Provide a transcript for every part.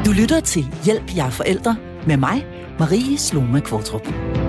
Du lytter til Hjælp, jeg er forældre med mig, Marie Sloma Kvartrup.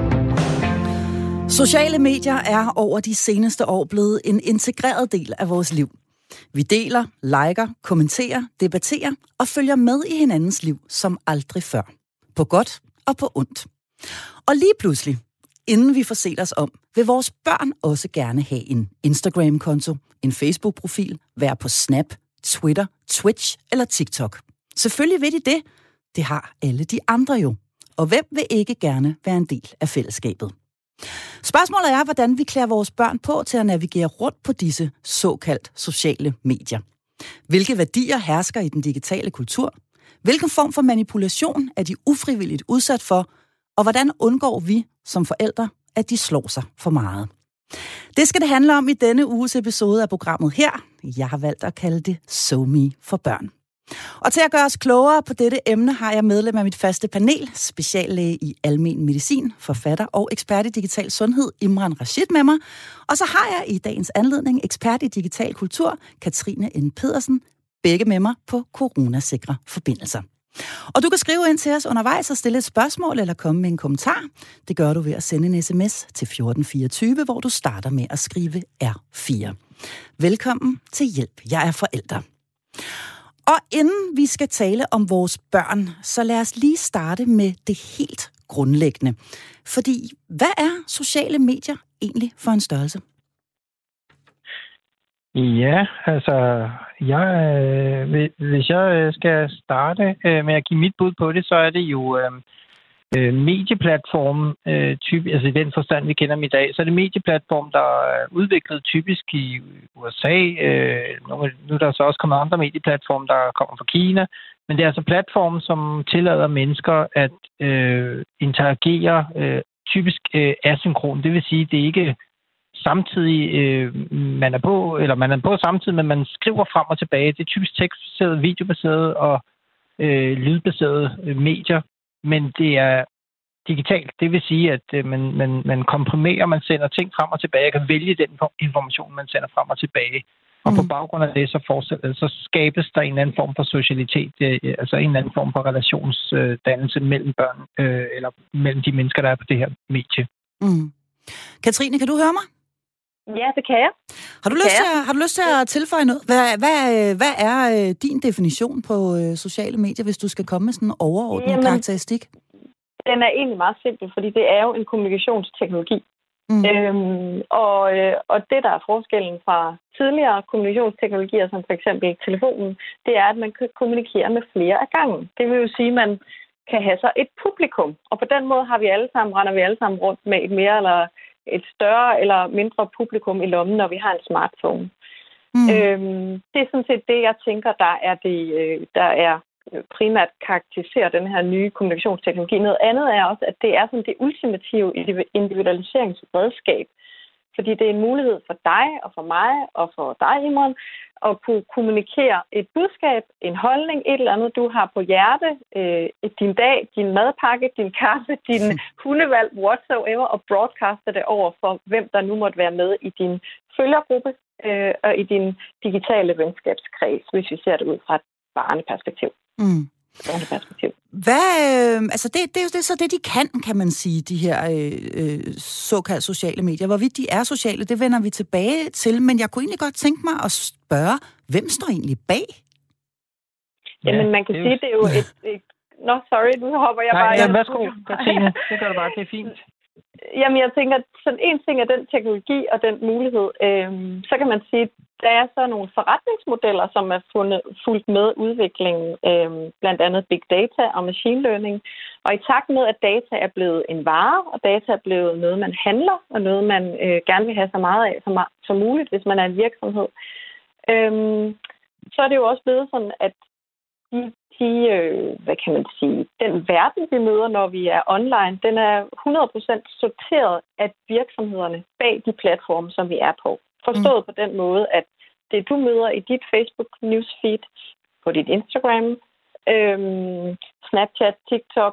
Sociale medier er over de seneste år blevet en integreret del af vores liv. Vi deler, liker, kommenterer, debatterer og følger med i hinandens liv som aldrig før. På godt og på ondt. Og lige pludselig, inden vi får set os om, vil vores børn også gerne have en Instagram-konto, en Facebook-profil, være på Snap, Twitter, Twitch eller TikTok. Selvfølgelig vil de det. Det har alle de andre jo. Og hvem vil ikke gerne være en del af fællesskabet? Spørgsmålet er, hvordan vi klæder vores børn på til at navigere rundt på disse såkaldt sociale medier. Hvilke værdier hersker i den digitale kultur? Hvilken form for manipulation er de ufrivilligt udsat for? Og hvordan undgår vi som forældre, at de slår sig for meget? Det skal det handle om i denne uges episode af programmet her. Jeg har valgt at kalde det SoMe for børn. Og til at gøre os klogere på dette emne, har jeg medlem af mit faste panel, speciallæge i almen medicin, forfatter og ekspert i digital sundhed, Imran Rashid med mig. Og så har jeg i dagens anledning ekspert i digital kultur, Katrine N. Pedersen, begge med mig på coronasikre forbindelser. Og du kan skrive ind til os undervejs og stille et spørgsmål eller komme med en kommentar. Det gør du ved at sende en sms til 1424, hvor du starter med at skrive R4. Velkommen til Hjælp, jeg er forældre. Og inden vi skal tale om vores børn, så lad os lige starte med det helt grundlæggende. Fordi, hvad er sociale medier egentlig for en størrelse? Ja, altså, hvis jeg skal starte med at give mit bud på det, så er det jo medieplatformen, altså i den forstand, vi kender dem i dag, så er det medieplatform, der er udviklet typisk i USA. Nu er der så også kommet andre medieplatforme, der kommer fra Kina, men det er altså platformen, som tillader mennesker at interagere typisk asynkron. Det vil sige, det er ikke samtidig man er på samtidig, men man skriver frem og tilbage. Det er typisk tekstbaseret, videobaseret og lydbaserede medier. Men det er digitalt. Det vil sige, at man komprimerer, man sender ting frem og tilbage. Jeg kan vælge den information, man sender frem og tilbage. Og på baggrund af det, så skabes der en eller anden form for socialitet, altså en eller anden form for relationsdannelse mellem børn, eller mellem de mennesker, der er på det her medie. Mm. Katrine, kan du høre mig? Ja, det kan jeg. Har du lyst til at tilføje noget? Hvad er din definition på sociale medier, hvis du skal komme med sådan en overordnet karakteristik? Den er egentlig meget simpel, fordi det er jo en kommunikationsteknologi. Og det, der er forskellen fra tidligere kommunikationsteknologier, som for eksempel telefonen, det er, at man kan kommunikere med flere af gangen. Det vil jo sige, at man kan have så et publikum. Og på den måde render vi alle sammen rundt med et mere eller et større eller mindre publikum i lommen, når vi har en smartphone. Det er sådan set det, jeg tænker, der er primært karakteriserer den her nye kommunikationsteknologi. Noget andet er også, at det er sådan det ultimative individualiseringsredskab. Fordi det er en mulighed for dig og for mig og for dig, Imran, at kunne kommunikere et budskab, en holdning, et eller andet, du har på hjerte, din dag, din madpakke, din kaffe, din hundevalg, whatsoever, og broadcaste det over for, hvem der nu måtte være med i din følgergruppe og i din digitale venskabskreds, hvis vi ser det ud fra et barneperspektiv. Det er jo så det, de kan man sige, de her såkaldte sociale medier. Hvorvidt de er sociale, det vender vi tilbage til, men jeg kunne egentlig godt tænke mig at spørge, hvem står egentlig bag? Jamen, man kan sige, det er jo nu hopper jeg bare... Ja, værsgo, Katrine. Det gør det bare, det er fint. Jamen, jeg tænker, sådan en ting er den teknologi og den mulighed. Så kan man sige, der er så nogle forretningsmodeller, som er fulgt med udviklingen, blandt andet big data og machine learning. Og i takt med, at data er blevet en vare, og data er blevet noget, man handler, og noget, man gerne vil have så meget af som muligt, hvis man er en virksomhed, så er det jo også blevet sådan, at hvad kan man sige, den verden, vi møder, når vi er online, den er 100% sorteret af virksomhederne bag de platforme, som vi er på. Forstået på den måde, at det du møder i dit Facebook newsfeed, på dit Instagram, Snapchat, TikTok,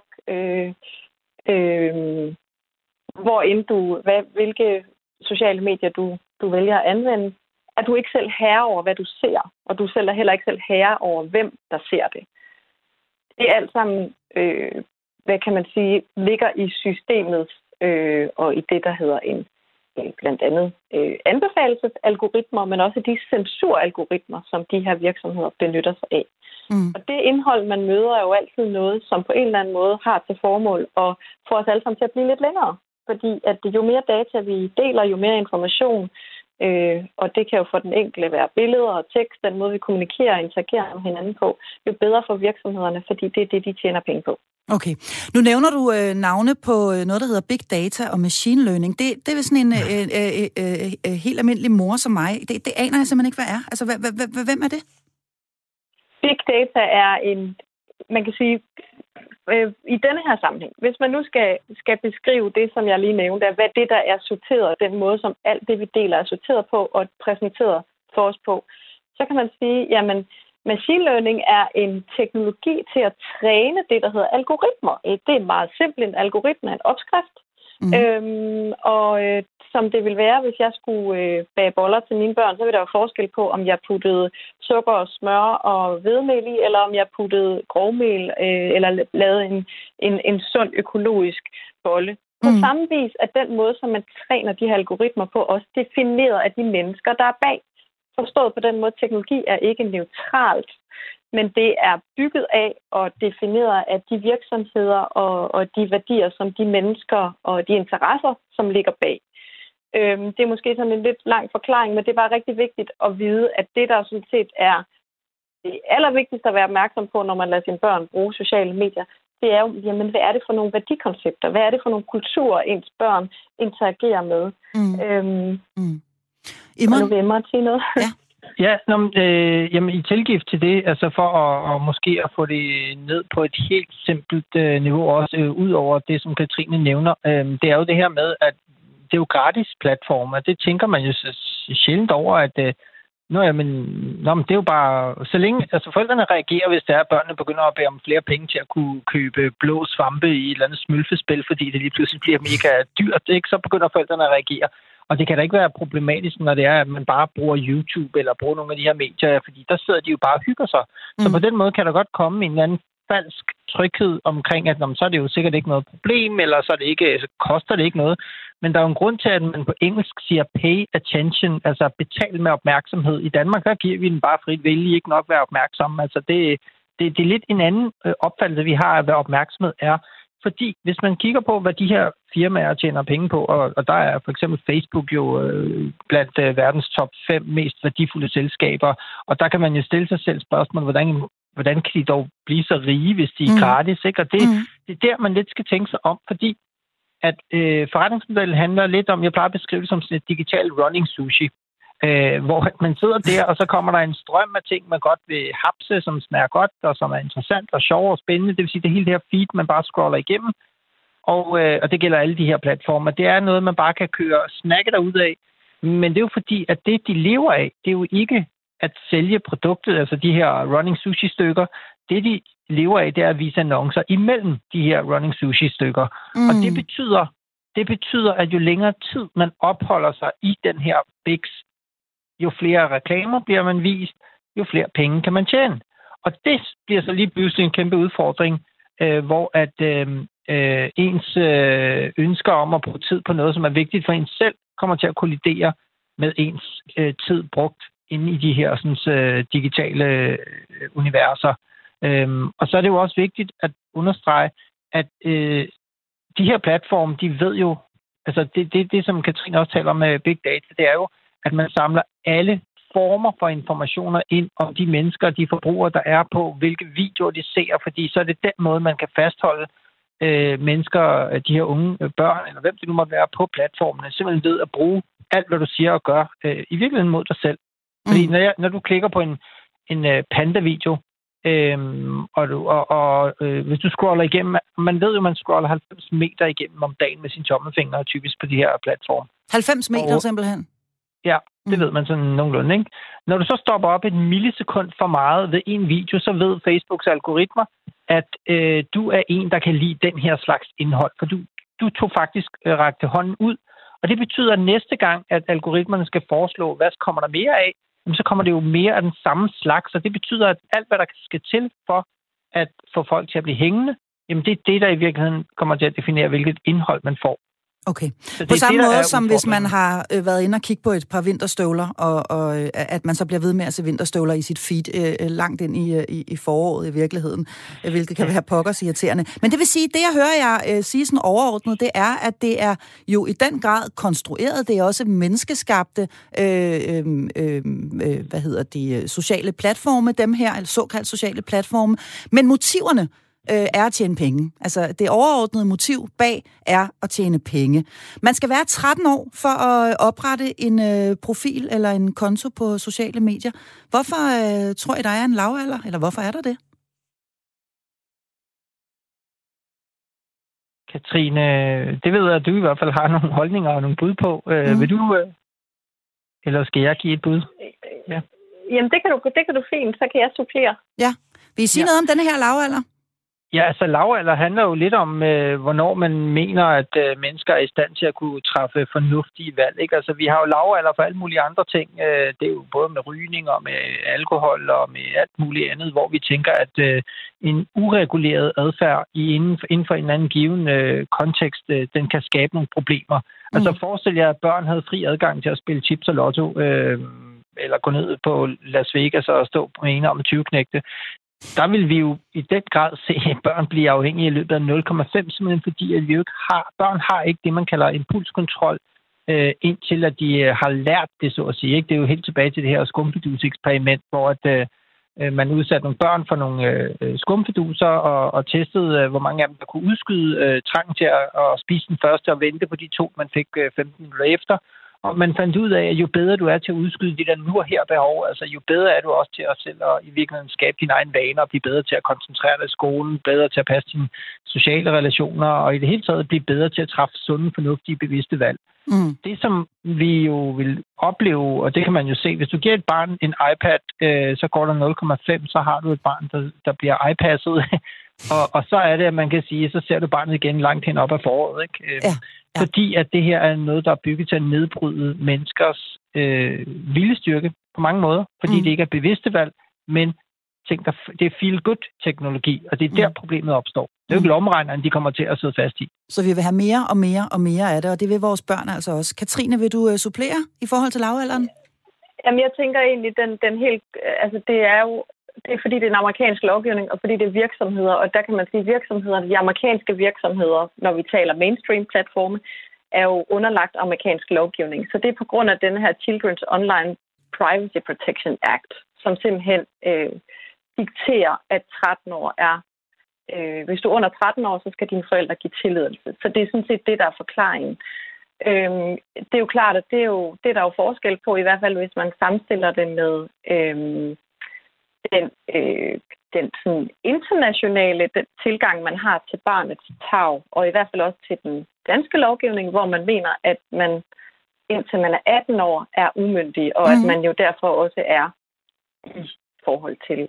hvilke sociale medier du vælger at anvende, at du ikke selv herre over, hvad du ser, og du selv er heller ikke selv herre over, hvem der ser det. Det er alt sammen, hvad kan man sige, ligger i systemet og i det, der hedder blandt andet anbefalesalgoritmer, men også de censuralgoritmer, som de her virksomheder benytter sig af. Mm. Og det indhold, man møder, er jo altid noget, som på en eller anden måde har til formål at få os alle sammen til at blive lidt længere. Fordi at jo mere data vi deler, jo mere information, og det kan jo for den enkelte være billeder og tekst, den måde vi kommunikerer og interagerer med hinanden på, jo bedre for virksomhederne, fordi det er det, de tjener penge på. Okay. Nu nævner du navne på noget, der hedder Big Data og Machine Learning. Det er sådan en helt almindelig mor som mig. Det aner jeg simpelthen ikke, hvad er. Altså, hvem er det? Big Data er man kan sige, i denne her sammenhæng, hvis man nu skal beskrive det, som jeg lige nævnte, hvad det, der er sorteret, den måde, som alt det, vi deler, er sorteret på og præsenteret for os på, så kan man sige, jamen, machine learning er en teknologi til at træne det, der hedder algoritmer. Det er meget simpelt. En algoritme er en opskrift. Som det vil være, hvis jeg skulle bage boller til mine børn, så vil der jo forskel på, om jeg puttede sukker og smør og hvedemel i, eller om jeg puttede grovmel, eller lavede en sund økologisk bolle. På samme vis er den måde, som man træner de her algoritmer på, også defineret af de mennesker, der er bag. Forstået på den måde, teknologi er ikke neutralt, men det er bygget af og defineret af de virksomheder og de værdier, som de mennesker og de interesser, som ligger bag. Det er måske sådan en lidt lang forklaring, men det er bare rigtig vigtigt at vide, at det, der sådan set er det allervigtigste at være opmærksom på, når man lader sine børn bruge sociale medier, det er jo, jamen, hvad er det for nogle værdikoncepter? Hvad er det for nogle kulturer, ens børn interagerer med? Imod? Nu vil Emma sige noget. Ja. Ja, jamen i tilgift til det, altså for at måske at få det ned på et helt simpelt niveau, også ud over det, som Katrine nævner, det er jo det her med, at det er jo gratis platformer. Det tænker man jo sjældent over, at det er jo bare, så længe, altså forældrene reagerer, hvis det er, at børnene begynder at bede om flere penge til at kunne købe blå svampe i et eller andet smølfespil, fordi det lige pludselig bliver mega dyrt, ikke? Så begynder forældrene at reagere. Og det kan da ikke være problematisk, når det er, at man bare bruger YouTube eller bruger nogle af de her medier, fordi der sidder de jo bare og hygger sig. Så på den måde kan der godt komme en eller anden falsk tryghed omkring, at så er det jo sikkert ikke noget problem, eller så koster det ikke noget. Men der er jo en grund til, at man på engelsk siger pay attention, altså betal med opmærksomhed. I Danmark, der giver vi den bare frit, vil I ikke nok være opmærksomme. Altså det er lidt en anden opfattelse, vi har af, hvad opmærksomhed er. Fordi hvis man kigger på, hvad de her firmaer tjener penge på, og der er for eksempel Facebook jo blandt verdens top 5 mest værdifulde selskaber, og der kan man jo stille sig selv spørgsmål, hvordan kan de dog blive så rige, hvis de er gratis, ikke? Og det er der, man lidt skal tænke sig om, fordi at forretningsmodellen handler lidt om, jeg plejer at beskrive det som sådan et digital running sushi, hvor man sidder der, og så kommer der en strøm af ting, man godt vil hapse, som smager godt, og som er interessant og sjov og spændende. Det vil sige, det hele det her feed, man bare scroller igennem, og det gælder alle de her platformer. Det er noget, man bare kan køre og snakke derud af, men det er jo fordi, at det, de lever af, det er jo ikke at sælge produktet, altså de her running sushi-stykker. Det, de lever af, det er at vise annoncer imellem de her running sushi-stykker. Og det betyder, at jo længere tid man opholder sig i den her biks, jo flere reklamer bliver man vist, jo flere penge kan man tjene. Og det bliver så lige pludselig en kæmpe udfordring, hvor at ens ønsker om at bruge tid på noget, som er vigtigt for ens selv, kommer til at kollidere med ens tid brugt inde i de her sådan, digitale universer. Og så er det jo også vigtigt at understrege, at de her platforme, de ved jo, altså det som Katrine også taler om med Big Data, det er jo, at man samler alle former for informationer ind om de mennesker og de forbrugere, der er på, hvilke videoer de ser, fordi så er det den måde, man kan fastholde mennesker, de her unge børn, eller hvem det nu måtte være på platformene, simpelthen ved at bruge alt, hvad du siger og gør, i virkeligheden mod dig selv. Fordi når du klikker på en panda-video, hvis du scroller igennem, man ved jo, man scroller 90 meter igennem om dagen med sine tommelfingre, typisk på de her platforme. 90 meter simpelthen? Ja, det ved man sådan nogenlunde, ikke? Når du så stopper op et millisekund for meget ved en video, så ved Facebooks algoritmer, at du er en, der kan lide den her slags indhold. For du tog faktisk rakte hånden ud. Og det betyder, at næste gang, at algoritmerne skal foreslå, hvad kommer der mere af, så kommer det jo mere af den samme slags. Og det betyder, at alt, hvad der skal til for, at få folk til at blive hængende, jamen det er det, der i virkeligheden kommer til at definere, hvilket indhold man får. Okay. På samme måde som hvis man har været inde og kigge på et par vinterstøvler, og at man så bliver ved med at se vinterstøvler i sit feed langt ind i foråret i virkeligheden, hvilket kan være pokkers irriterende. Men det vil sige, det jeg hører jer sige sådan overordnet, det er, at det er jo i den grad konstrueret, det er også menneskeskabte, sociale platforme, dem her, eller såkaldt sociale platforme, men motiverne er at tjene penge. Altså, det overordnede motiv bag er at tjene penge. Man skal være 13 år for at oprette en profil eller en konto på sociale medier. Hvorfor tror I, der er en lavalder? Eller hvorfor er der det? Katrine, det ved jeg, at du i hvert fald har nogle holdninger og nogle bud på. Vil du, eller skal jeg give et bud? Ja. Jamen, det kan du fint, så kan jeg supplere. Ja. Vil I sige noget om denne her lavalder? Ja, altså lavalder handler jo lidt om, hvornår man mener, at mennesker er i stand til at kunne træffe fornuftige valg. Ikke? Altså, vi har jo lavalder for alle mulige andre ting. Det er jo både med rygning og med alkohol og med alt muligt andet, hvor vi tænker, at en ureguleret adfærd inden for en anden given kontekst, den kan skabe nogle problemer. Altså forestil jer, at børn havde fri adgang til at spille chips og lotto, eller gå ned på Las Vegas og stå på en om 20 knægte. Der vil vi jo i den grad se, at børn bliver afhængige i løbet af 0,5, simpelthen fordi at vi jo ikke børn har ikke det, man kalder impulskontrol, indtil at de har lært det, så at sige. Ikke? Det er jo helt tilbage til det her skumfiduseksperiment, hvor at, man udsatte nogle børn for nogle skumfiduser og testede, hvor mange af dem der kunne udskyde trangen til at spise den første og vente på de 2, man fik 15 minutter efter. Og man fandt ud af, at jo bedre du er til at udskyde de der nu og her behov, altså jo bedre er du også til at selv og i virkeligheden skabe dine egne vaner og blive bedre til at koncentrere dig i skolen, bedre til at passe dine sociale relationer og i det hele taget blive bedre til at træffe sunde, fornuftige, bevidste valg. Det, som vi jo vil opleve, og det kan man jo se, hvis du giver et barn en iPad, så går der 0,5, så har du et barn, der bliver iPasset. og så er det, at man kan sige, så ser du barnet igen langt hen op ad foråret, ikke? Ja. Fordi at det her er noget, der er bygget til at nedbryde menneskers viljestyrke på mange måder. Fordi det ikke er bevidste valg, men det er feel-good-teknologi, og det er der problemet opstår. Det er jo ikke lommeregneren, de kommer til at sidde fast i. Så vi vil have mere og mere og mere af det, og det vil vores børn altså også. Katrine, vil du supplere i forhold til lavalderen? Jamen, jeg tænker egentlig, den helt... Altså, det er fordi, det er en amerikansk lovgivning, og fordi det er virksomheder, og der kan man sige, virksomheder, de amerikanske virksomheder, når vi taler mainstream-platforme, er jo underlagt amerikansk lovgivning. Så det er på grund af den her Children's Online Privacy Protection Act, som simpelthen dikterer, at 13 år er... hvis du er under 13 år, så skal dine forældre give tilladelse. Så det er sådan set det, der er forklaringen. Det er jo klart, at det er der jo forskel på, i hvert fald hvis man sammenstiller det med... den sådan internationale tilgang, man har til barnets tarv, og i hvert fald også til den danske lovgivning, hvor man mener, at man indtil man er 18 år er umyndig, og at man jo derfor også er i forhold til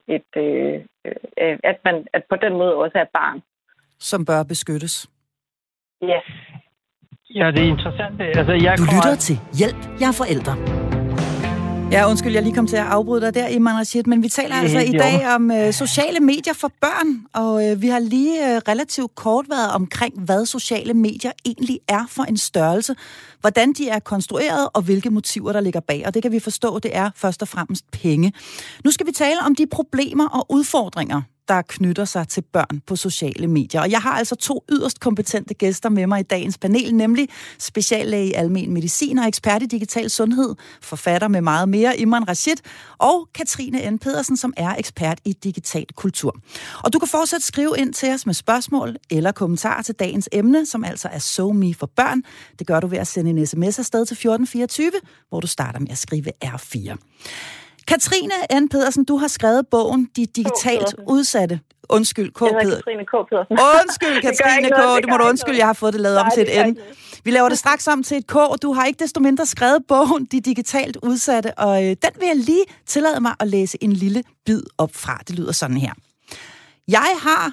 at på den måde også er barn. Som bør beskyttes. Ja. Ja, det er interessant. Altså, du lytter til Hjælp, jeg er forældre. Ja, undskyld, jeg lige kom til at afbryde dig der, Iman Rashid, men vi taler altså i dag om sociale medier for børn, og vi har lige relativt kort været omkring, hvad sociale medier egentlig er for en størrelse, hvordan de er konstrueret, og hvilke motiver, der ligger bag. Og det kan vi forstå, det er først og fremmest penge. Nu skal vi tale om de problemer og udfordringer, der knytter sig til børn på sociale medier. Og jeg har altså 2 yderst kompetente gæster med mig i dagens panel, nemlig speciallæge i almen medicin og ekspert i digital sundhed, forfatter med meget mere, Iman Rashid, og Katrine N. Pedersen, som er ekspert i digital kultur. Og du kan fortsat skrive ind til os med spørgsmål eller kommentarer til dagens emne, som altså er SoMe for børn. Det gør du ved at sende en sms afsted til 1424, hvor du starter med at skrive R4. Katrine N. Pedersen, du har skrevet bogen De digitalt udsatte. Undskyld, K. Pedersen. Katrine K. Pedersen. Undskyld, Katrine K. Det må du undskylde, jeg har fået det lavet om til et N. Vi laver det straks om til et K. Du har ikke desto mindre skrevet bogen De digitalt udsatte, og den vil jeg lige tillade mig at læse en lille bid op fra. Det lyder sådan her. Jeg har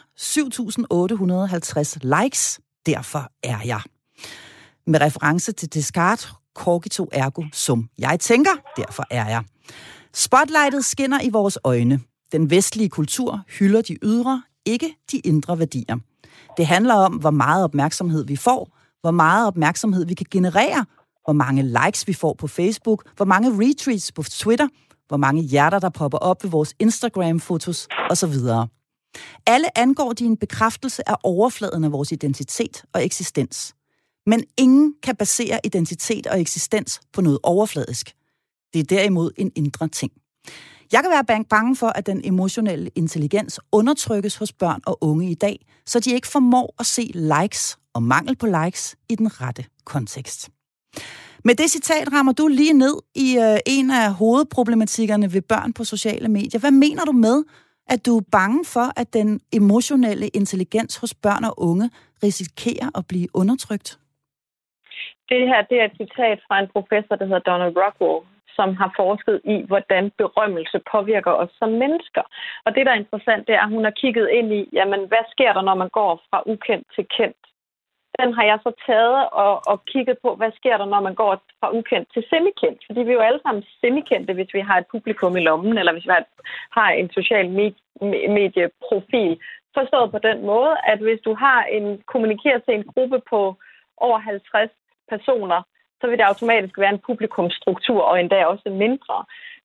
7.850 likes, derfor er jeg. Med reference til Descartes, cogito ergo sum. Jeg tænker, derfor er jeg. Spotlightet skinner i vores øjne. Den vestlige kultur hylder de ydre, ikke de indre værdier. Det handler om, hvor meget opmærksomhed vi får, hvor meget opmærksomhed vi kan generere, hvor mange likes vi får på Facebook, hvor mange retweets på Twitter, hvor mange hjerter, der popper op ved vores Instagram-fotos osv. Alle angår de en bekræftelse af overfladen af vores identitet og eksistens. Men ingen kan basere identitet og eksistens på noget overfladisk. Det er derimod en indre ting. Jeg kan være bange for, at den emotionelle intelligens undertrykkes hos børn og unge i dag, så de ikke formår at se likes og mangel på likes i den rette kontekst. Med det citat rammer du lige ned i en af hovedproblematikkerne ved børn på sociale medier. Hvad mener du med, at du er bange for, at den emotionelle intelligens hos børn og unge risikerer at blive undertrykt? Det her, det er et citat fra en professor, der hedder Donald Rockwell, som har forsket i, hvordan berømmelse påvirker os som mennesker. Og det, der er interessant, det er, at hun har kigget ind i, jamen, hvad sker der, når man går fra ukendt til kendt? Den har jeg så taget og kigget på, hvad sker der, når man går fra ukendt til semikendt? Fordi vi er jo alle sammen semikendte, hvis vi har et publikum i lommen, eller hvis vi har en social medieprofil. Forstået på den måde, at hvis du har kommunikerer til en gruppe på over 50 personer, så vil det automatisk være en publikumsstruktur, og endda også mindre.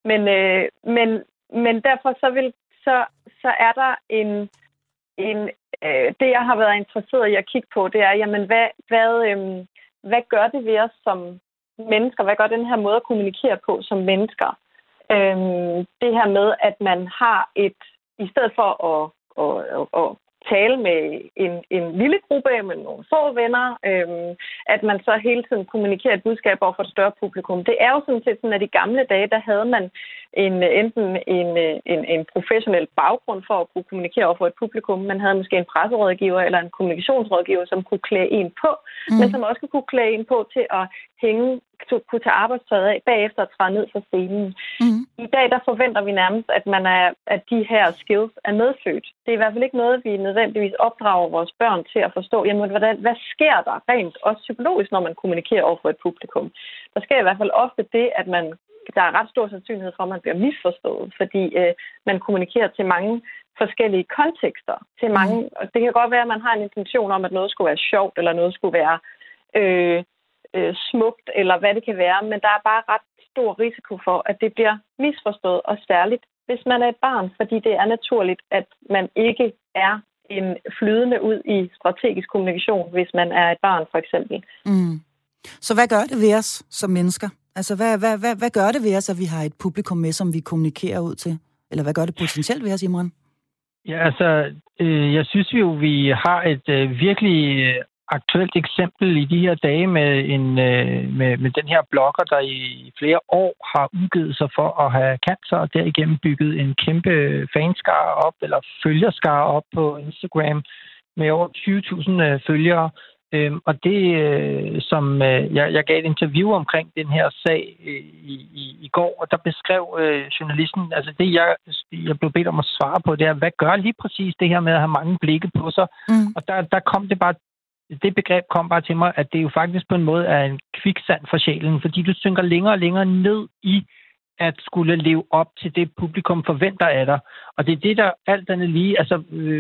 Men derfor så er der det, jeg har været interesseret i at kigge på, det er, jamen, hvad gør det ved os som mennesker? Hvad gør den her måde at kommunikere på som mennesker? Det her med, at man har i stedet for at tale med en lille gruppe med nogle få venner, at man så hele tiden kommunikerer et budskab over for et større publikum. Det er jo sådan set sådan, at i gamle dage, der havde man enten en professionel baggrund for at kunne kommunikere over for et publikum. Man havde måske en presserådgiver eller en kommunikationsrådgiver, som kunne klæde en på, men som også kunne klæde en på til at kunne tage arbejdstøjet af bagefter og træde ned fra scenen. I dag, der forventer vi nærmest, at de her skills er medfødt. Det er i hvert fald ikke noget, vi nødvendigvis opdrager vores børn til at forstå. Jamen, hvad sker der rent også psykologisk, når man kommunikerer over for et publikum? Der sker i hvert fald ofte det, at der er ret stor sandsynlighed for, at man bliver misforstået, fordi man kommunikerer til mange forskellige kontekster. Og det kan godt være, at man har en intention om, at noget skulle være sjovt, eller noget skulle være smukt, eller hvad det kan være, men der er bare ret stor risiko for, at det bliver misforstået, og særligt, hvis man er et barn, fordi det er naturligt, at man ikke er en flydende ud i strategisk kommunikation, hvis man er et barn, for eksempel. Så hvad gør det ved os som mennesker? Altså, hvad gør det ved os, at vi har et publikum med, som vi kommunikerer ud til? Eller hvad gør det potentielt ved os, Imran? Ja, altså, jeg synes jo, vi har et virkelig aktuelt eksempel i de her dage med den her blogger, der i flere år har udgivet sig for at have cancer, og derigennem bygget en kæmpe fanskare op, eller følgerskare op på Instagram med over 20.000 følgere. Og det, som jeg gav et interview omkring den her sag i går, og der beskrev journalisten, altså det, jeg blev bedt om at svare på, det er, hvad gør lige præcis det her med at have mange blikke på sig? Og der kom det bare, det begreb kom bare til mig, at det jo faktisk på en måde er en kviksand for sjælen, fordi du synker længere og længere ned i at skulle leve op til det, publikum forventer af dig. Og det er det, der alt andet lige, altså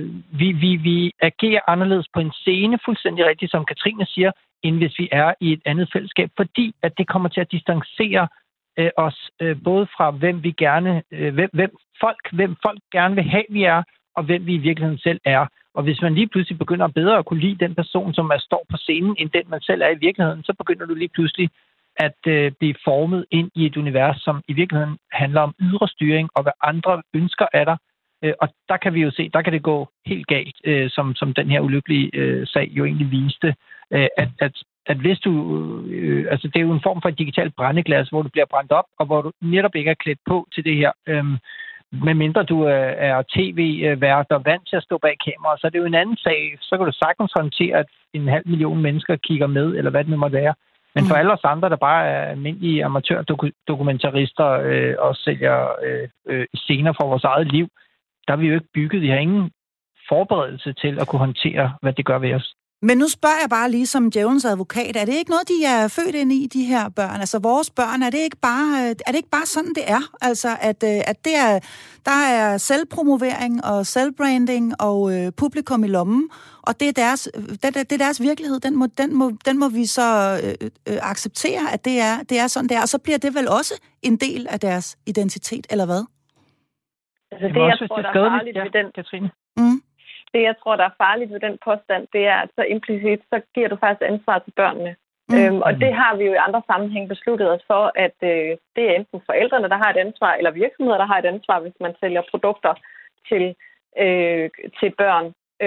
vi agerer anderledes på en scene, fuldstændig rigtigt, som Katrine siger, end hvis vi er i et andet fællesskab, fordi at det kommer til at distancere os både fra, hvem folk gerne vil have, vi er, og hvem vi i virkeligheden selv er. Og hvis man lige pludselig begynder bedre at kunne lide den person, som står på scenen, end den man selv er i virkeligheden, så begynder du lige pludselig at blive formet ind i et univers, som i virkeligheden handler om ydre styring og hvad andre ønsker af dig. Og der kan vi jo se, der kan det gå helt galt, som den her ulykkelige sag jo egentlig viste. At hvis du... altså det er jo en form for et digitalt brændeglas, hvor du bliver brændt op, og hvor du netop ikke er klædt på til det her. Medmindre du er tv-vært og vant til at stå bag kamera, så er det jo en anden sag. Så kan du sagtens håndtere, at 500.000 mennesker kigger med, eller hvad det nu måtte være. Men for alle os andre, der bare er almindelige amatørdokumentarister og sælger scener fra vores eget liv, der er vi jo ikke bygget. Vi har ingen forberedelse til at kunne håndtere, hvad det gør ved os. Men nu spørger jeg bare lige som djævelens advokat, er det ikke noget, de er født ind i, de her børn? Altså vores børn, er det ikke bare sådan, det er? Altså, at det er, der er selvpromovering og selvbranding og publikum i lommen, og det er deres virkelighed. Den må vi så acceptere, at det er sådan, det er. Og så bliver det vel også en del af deres identitet, eller hvad? Altså, det jeg tror, der er farligt ved den, Katrine. Det, jeg tror, der er farligt ved den påstand, det er, at så implicit, så giver du faktisk ansvar til børnene. Og det har vi jo i andre sammenhæng besluttet os for, at det er enten forældrene, der har et ansvar, eller virksomheder, der har et ansvar, hvis man sælger produkter til børn,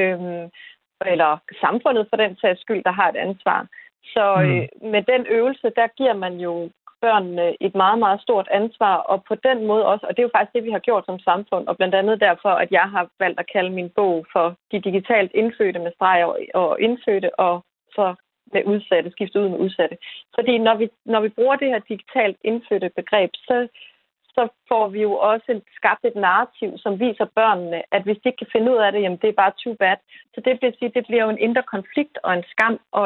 eller samfundet for den sags skyld, der har et ansvar. Så med den øvelse, der giver man jo børnene et meget, meget stort ansvar, og på den måde også, og det er jo faktisk det, vi har gjort som samfund, og blandt andet derfor, at jeg har valgt at kalde min bog for De digitalt indfødte med streger og indfødte, og så med udsatte, skifte ud med udsatte. Fordi når vi bruger det her digitalt indfødte begreb, så får vi jo også skabt et narrativ, som viser børnene, at hvis de ikke kan finde ud af det, jamen det er bare too bad. Så det vil sige, det bliver jo en indre konflikt og en skam og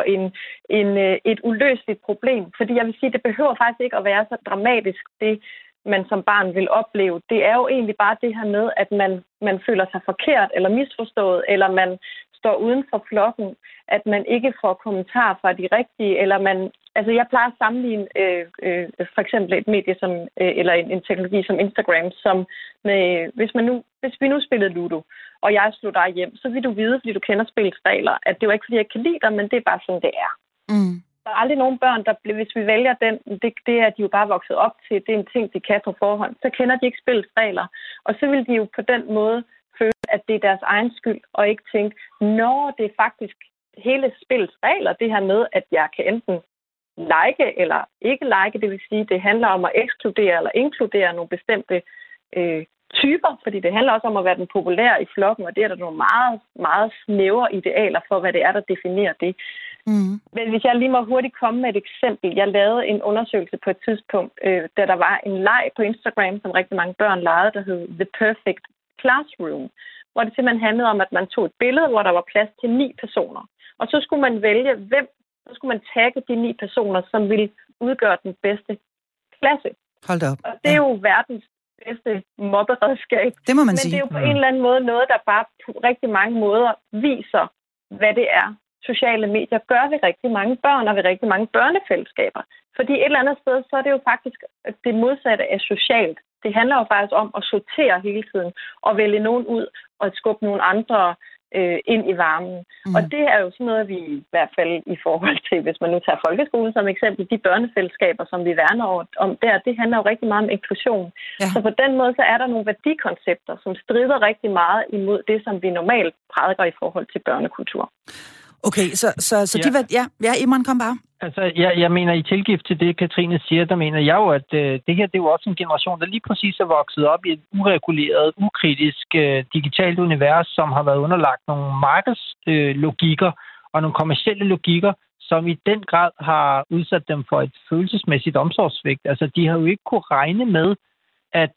et uløseligt problem. Fordi jeg vil sige, det behøver faktisk ikke at være så dramatisk, det man som barn vil opleve. Det er jo egentlig bare det her med, at man føler sig forkert eller misforstået, eller man står uden for flokken, at man ikke får kommentarer fra de rigtige, eller man... Altså, jeg plejer at sammenligne for eksempel et medie som, eller en teknologi som Instagram, som med, hvis vi nu spillede Ludo, og jeg slog dig hjem, så vil du vide, fordi du kender spillets regler, at det er jo ikke, fordi jeg ikke kan lide dig, men det er bare sådan, det er. Der er aldrig nogen børn, der hvis vi vælger den, det er de jo bare vokset op til, det er en ting, de kan på forhånd, så kender de ikke spillets regler. Og så vil de jo på den måde føle, at det er deres egen skyld, og ikke tænke, når det er faktisk hele spillets regler, det her med, at jeg kan enten like eller ikke like, det vil sige, det handler om at ekskludere eller inkludere nogle bestemte typer, fordi det handler også om at være den populære i flokken, og det er der nogle meget, meget snævre idealer for, hvad det er, der definerer det. Men hvis jeg lige må hurtigt komme med et eksempel. Jeg lavede en undersøgelse på et tidspunkt, da der var en leg på Instagram, som rigtig mange børn legede, der hed The Perfect Classroom, hvor det simpelthen handlede om, at man tog et billede, hvor der var plads til 9 personer. Og så skulle man vælge, så skulle man tagge de 9 personer, som ville udgøre den bedste klasse. Hold da op. Og det er jo verdens bedste mobberedskab. Det må man sige. Men det er jo på en eller anden måde noget, der bare på rigtig mange måder viser, hvad det er. Sociale medier gør ved rigtig mange børn og ved rigtig mange børnefællesskaber. Fordi et eller andet sted, så er det jo faktisk det modsatte af socialt. Det handler jo faktisk om at sortere hele tiden og vælge nogen ud og skubbe nogle andre ind i varmen. Og det er jo sådan noget, vi i hvert fald i forhold til, hvis man nu tager folkeskolen som eksempel, de børnefællesskaber, som vi værner om der, det handler jo rigtig meget om inklusion. Ja. Så på den måde, så er der nogle værdikoncepter, som strider rigtig meget imod det, som vi normalt prædiker i forhold til børnekultur. Okay, så de Imran, kom bare. Altså, jeg mener, i tilgift til det, Katrine siger, der mener jeg jo, at det her, det er jo også en generation, der lige præcis er vokset op i et ureguleret, ukritisk digitalt univers, som har været underlagt nogle markedslogikker og nogle kommercielle logikker, som i den grad har udsat dem for et følelsesmæssigt omsorgssvigt. Altså, de har jo ikke kunne regne med, at,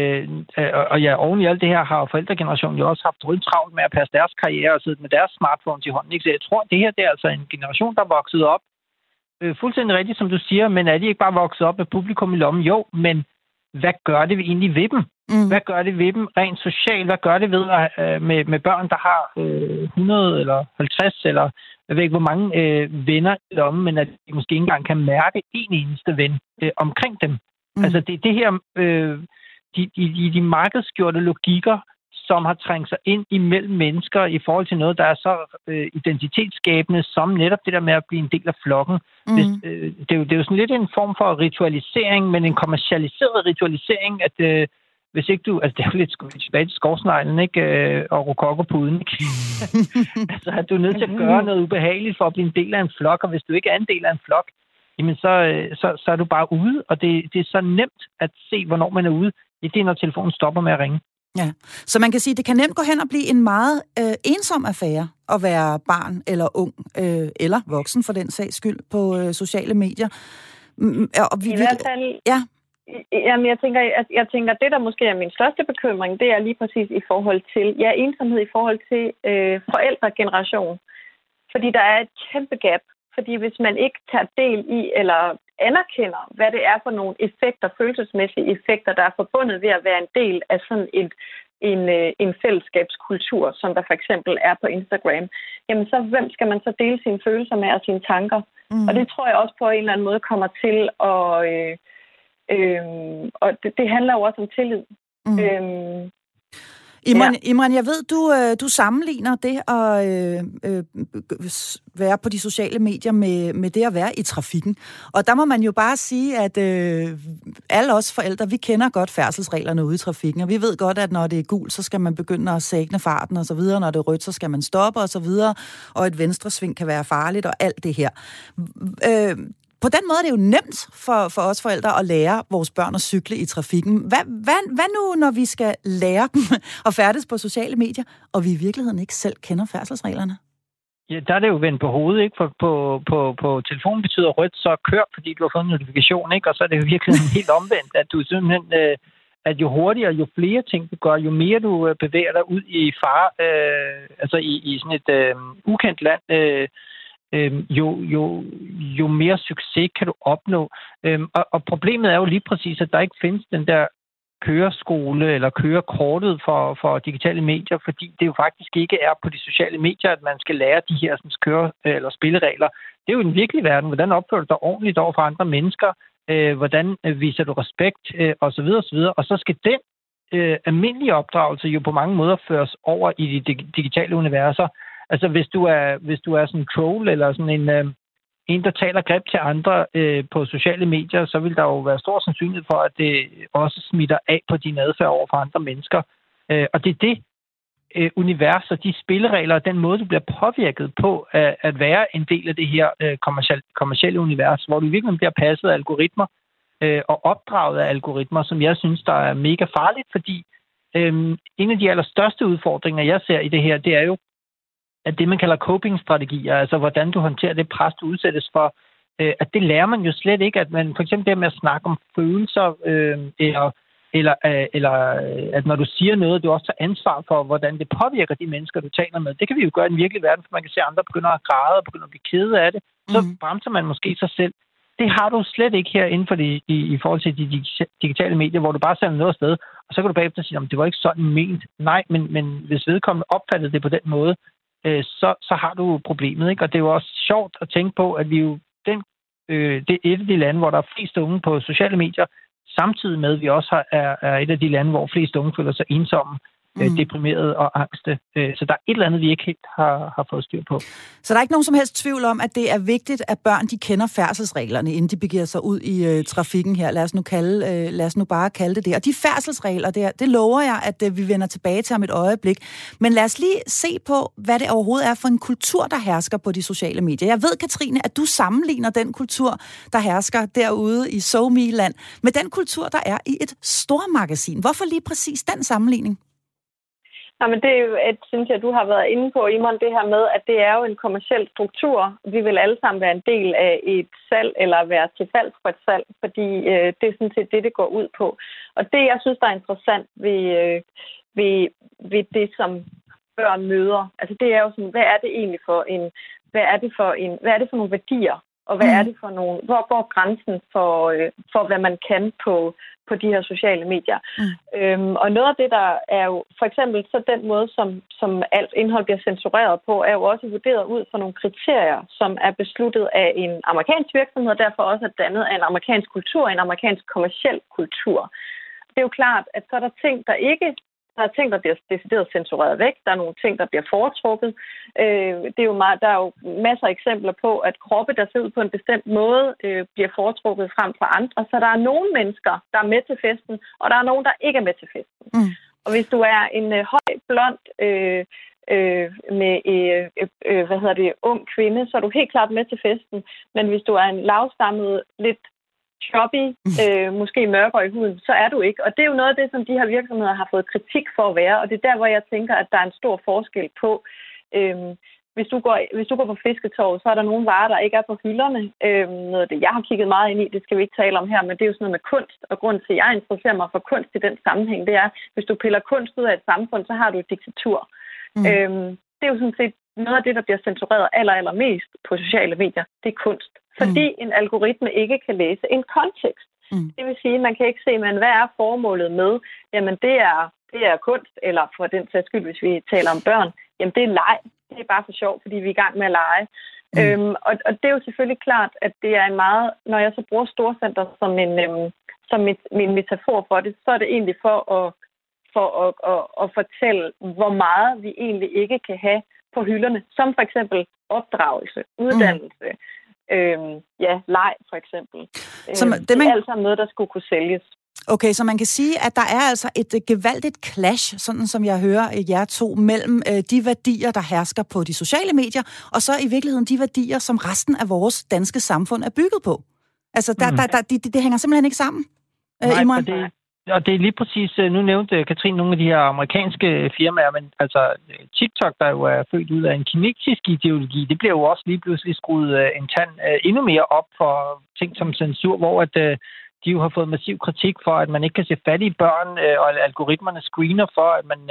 oven i alt det her har forældregenerationen jo også haft travlt med at passe deres karriere og sidde med deres smartphones i hånden. Ikke? Så jeg tror, det her det er altså en generation, der er vokset op fuldstændig rigtigt, som du siger, men er de ikke bare vokset op med publikum i lommen? Jo, men hvad gør det egentlig ved dem? Hvad gør det ved dem rent socialt? Hvad gør det ved med børn, der har 100 eller 50 eller jeg ved ikke, hvor mange venner i lommen, men at de måske ikke engang kan mærke en eneste ven omkring dem? Altså det her, de markedsgjorte logikker, som har trængt sig ind imellem mennesker i forhold til noget, der er så identitetsskabende, som netop det der med at blive en del af flokken. Det er jo sådan lidt en form for ritualisering, men en kommercialiseret ritualisering, at hvis ikke du... Altså, det er jo lidt tilbage til skovsneglen, ikke? Og rokokopuden, ikke? Altså, at du er nødt til at gøre noget ubehageligt for at blive en del af en flok, og hvis du ikke er en del af en flok, jamen så er du bare ude, og det er så nemt at se, hvornår man er ude. Det er, når telefonen stopper med at ringe. Ja, så man kan sige, at det kan nemt gå hen og blive en meget ensom affære at være barn eller ung, eller voksen for den sags skyld, på sociale medier. I hvert fald... Ja. Jamen, jeg tænker, det der måske er min største bekymring, det er lige præcis i forhold til, ensomhed i forhold til forældregeneration. Fordi der er et kæmpe gap. Fordi hvis man ikke tager del i eller anerkender, hvad det er for nogle effekter, følelsesmæssige effekter, der er forbundet ved at være en del af sådan en fællesskabskultur, som der for eksempel er på Instagram, jamen så hvem skal man så dele sine følelser med og sine tanker? Og det tror jeg også på en eller anden måde kommer til at... og det handler jo også om tillid. Imran, jeg ved, du sammenligner det at være på de sociale medier med det at være i trafikken. Og der må man jo bare sige, at alle os forældre, vi kender godt færdselsreglerne ude i trafikken, og vi ved godt, at når det er gult, så skal man begynde at sægne farten og så videre, når det er rødt, så skal man stoppe og så videre, og et venstresving kan være farligt og alt det her. På den måde er det jo nemt for os forældre at lære vores børn at cykle i trafikken. Hvad nu, når vi skal lære dem at færdes på sociale medier, og vi i virkeligheden ikke selv kender færdselsreglerne? Ja, der er det jo vendt på hovedet, ikke? For på telefonen betyder rødt, så kør, fordi du har fået en notifikation, ikke? Og så er det jo virkelig helt omvendt, at du simpelthen, at jo hurtigere, jo flere ting du gør, jo mere du bevæger dig ud i fare, altså i sådan et ukendt land, jo mere succes kan du opnå. Og problemet er jo lige præcis, at der ikke findes den der køreskole eller kørekortet for digitale medier, fordi det jo faktisk ikke er på de sociale medier, at man skal lære de her sådan, eller spilleregler. Det er jo den virkelige verden. Hvordan opfører du dig ordentligt over for andre mennesker? Hvordan viser du respekt? Og så videre, og så videre. Og så skal den almindelige opdragelse jo på mange måder føres over i de digitale universer. Altså, hvis du er sådan en troll eller sådan en der taler grimt til andre på sociale medier, så vil der jo være stor sandsynlighed for, at det også smitter af på din adfærd over for andre mennesker. Og det er det univers og de spilleregler og den måde, du bliver påvirket på at være en del af det her kommercielle univers, hvor du virkelig bliver passet af algoritmer og opdraget af algoritmer, som jeg synes, der er mega farligt, fordi en af de allerstørste udfordringer, jeg ser i det her, det er jo, at det, man kalder coping-strategier, altså hvordan du håndterer det pres, du udsættes for, at det lærer man jo slet ikke, at man for eksempel det med at snakke om følelser, eller at når du siger noget, du også tager ansvar for, hvordan det påvirker de mennesker, du taler med. Det kan vi jo gøre i den virkelige verden, for man kan se, at andre begynder at græde og begynder at blive kede af det. Så bremser man måske sig selv. Det har du slet ikke her inden for i forhold til de digitale medier, hvor du bare sender noget afsted, og så kan du bagefter sige, at det var ikke sådan ment. Nej, men hvis vedkommende opfattede det på den måde, så har du problemet, ikke? Og det er jo også sjovt at tænke på, at vi jo det er et af de lande, hvor der er flest unge på sociale medier, samtidig med, at vi også er et af de lande, hvor flest unge føler sig ensomme, deprimerede og angste. Så der er et eller andet, vi ikke helt har fået styr på. Så der er ikke nogen som helst tvivl om, at det er vigtigt, at børn de kender færdselsreglerne, inden de begiver sig ud i trafikken her. Lad os nu bare kalde det det. Og de færdselsregler, det lover jeg, at vi vender tilbage til om et øjeblik. Men lad os lige se på, hvad det overhovedet er for en kultur, der hersker på de sociale medier. Jeg ved, Katrine, at du sammenligner den kultur, der hersker derude i SoMe-land, med den kultur, der er i et stormagasin. Hvorfor lige præcis den sammenligning? Ja, men det er jo synes jeg, du har været inde på, Imran, det her med, at det er jo en kommerciel struktur. Vi vil alle sammen være en del af et salg, eller være til salg for et salg, fordi det er sådan set det går ud på. Og det, jeg synes, der er interessant ved det, som børn møder, altså det er jo sådan, hvad er det egentlig hvad er det for nogle værdier, og hvad er det for nogle, hvor går grænsen for hvad man kan på de her sociale medier. Og noget af det, der er jo for eksempel så den måde, som alt indhold bliver censureret på, er jo også vurderet ud fra nogle kriterier, som er besluttet af en amerikansk virksomhed, og derfor også er dannet af en amerikansk kultur, en amerikansk kommerciel kultur. Det er jo klart, at så er der ting, der er ting, der bliver decideret censureret væk. Der er nogle ting, der bliver foretrukket. Der er jo masser af eksempler på, at kroppe, der ser ud på en bestemt måde, bliver foretrukket frem for andre. Så der er nogle mennesker, der er med til festen, og der er nogen, der ikke er med til festen. Og hvis du er en høj, blond, med ung kvinde, så er du helt klart med til festen. Men hvis du er en lavstammet, lidt choppy, måske mørkere i huden, så er du ikke. Og det er jo noget af det, som de her virksomheder har fået kritik for at være, og det er der, hvor jeg tænker, at der er en stor forskel på. Hvis du går på Fisketorvet, så er der nogle varer, der ikke er på hylderne. Noget af det, jeg har kigget meget ind i, det skal vi ikke tale om her, men det er jo sådan noget med kunst, og grunden til, at jeg interesserer mig for kunst i den sammenhæng, det er, hvis du piller kunst ud af et samfund, så har du et diktatur. Det er jo sådan set noget af det, der bliver censureret allermest på sociale medier, det er kunst. Fordi en algoritme ikke kan læse en kontekst. Det vil sige, at man kan ikke se, hvad er formålet med, jamen det er kunst, eller for den sags skyld, hvis vi taler om børn, jamen det er leg. Det er bare for sjov, fordi vi er i gang med at lege. Og det er jo selvfølgelig klart, at det er en meget, når jeg så bruger storcenter som min metafor for det, så er det egentlig for at fortælle, hvor meget vi egentlig ikke kan have på hylderne, som for eksempel opdragelse, uddannelse, leg for eksempel. Det er alt sammen noget, der skulle kunne sælges. Okay, så man kan sige, at der er altså et gevaldigt clash, sådan som jeg hører jer to, mellem de værdier, der hersker på de sociale medier, og så i virkeligheden de værdier, som resten af vores danske samfund er bygget på. Altså, det hænger simpelthen ikke sammen. Nej, og det er lige præcis, nu nævnte Katrine nogle af de her amerikanske firmaer, men altså TikTok, der jo er født ud af en kinesisk ideologi, det bliver jo også lige pludselig skruet en tand endnu mere op for ting som censur, hvor at de jo har fået massiv kritik for, at man ikke kan se fattige børn, og algoritmerne screener for, at man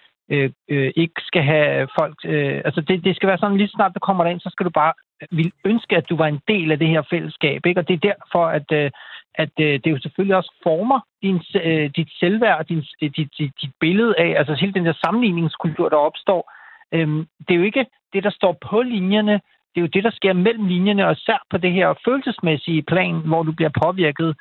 ikke skal have folk... altså det skal være sådan, lige snart du kommer derind, så skal du bare ønske, at du var en del af det her fællesskab. Ikke? Og det er derfor, at det jo selvfølgelig også former dit selvværd, dit billede af, altså hele den der sammenligningskultur, der opstår. Det er jo ikke det, der står på linjerne, det er jo det, der sker mellem linjerne, og især på det her følelsesmæssige plan, hvor du bliver påvirket.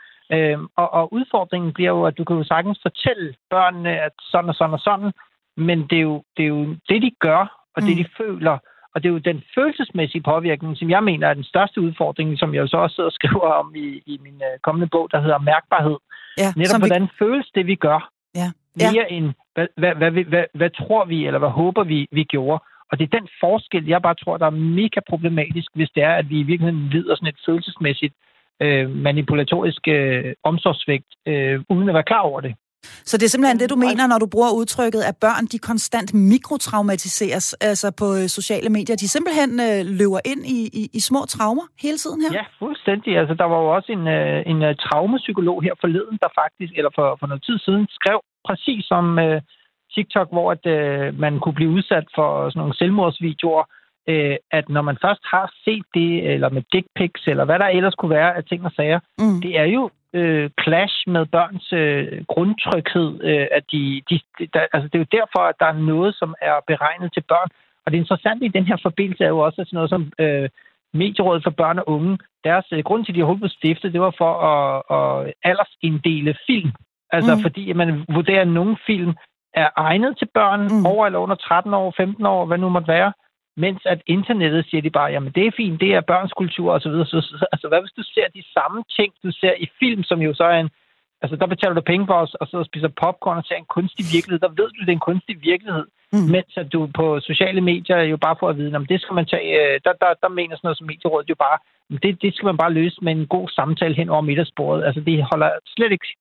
Og udfordringen bliver jo, at du kan jo sagtens fortælle børnene, at sådan og sådan og sådan, men det er jo det, de gør, og det, de føler. Og det er jo den følelsesmæssige påvirkning, som jeg mener er den største udfordring, som jeg jo så også sidder og skriver om i min kommende bog, der hedder Mærkbarhed. Ja, netop hvordan føles det, vi gør, mere end hvad tror vi, eller hvad håber vi gjorde. Og det er den forskel, jeg bare tror, der er mega problematisk, hvis det er, at vi i virkeligheden lider sådan et følelsesmæssigt manipulatorisk omsorgsvægt, uden at være klar over det. Så det er simpelthen det, du mener, når du bruger udtrykket, at børn, de konstant mikrotraumatiseres altså på sociale medier. De simpelthen løber ind i små traumer hele tiden her? Ja, fuldstændig. Altså, der var jo også en traumapsykolog her forleden, der faktisk, eller for noget tid siden, skrev præcis om TikTok, hvor at man kunne blive udsat for sådan nogle selvmordsvideoer, at når man først har set det, eller med dick pics, eller hvad der ellers kunne være af ting og sager, det er jo clash med børns grundtryghed, at altså det er jo derfor, at der er noget, som er beregnet til børn. Og det interessante i den her forbindelse er jo også sådan noget som Medierådet for børn og unge. Deres grund til, at de holdt på stiftet, det var for at aldersinddele film. Altså fordi man vurderer, at nogle film er egnet til børn over eller under 13 år, 15 år, hvad nu måtte være. Mens at internettet siger de bare, jamen det er fint, det er børns kultur og så videre. Så, altså hvad hvis du ser de samme ting, du ser i film, som jo så er altså der betaler du penge for os, og så spiser popcorn og ser en kunstig virkelighed. Der ved du, det er en kunstig virkelighed. Mens at du på sociale medier jo bare får at vide, om det skal man tage, der mener sådan noget som Medierådet jo bare, det skal man bare løse med en god samtale hen over middagsbordet. Altså det holder slet ikke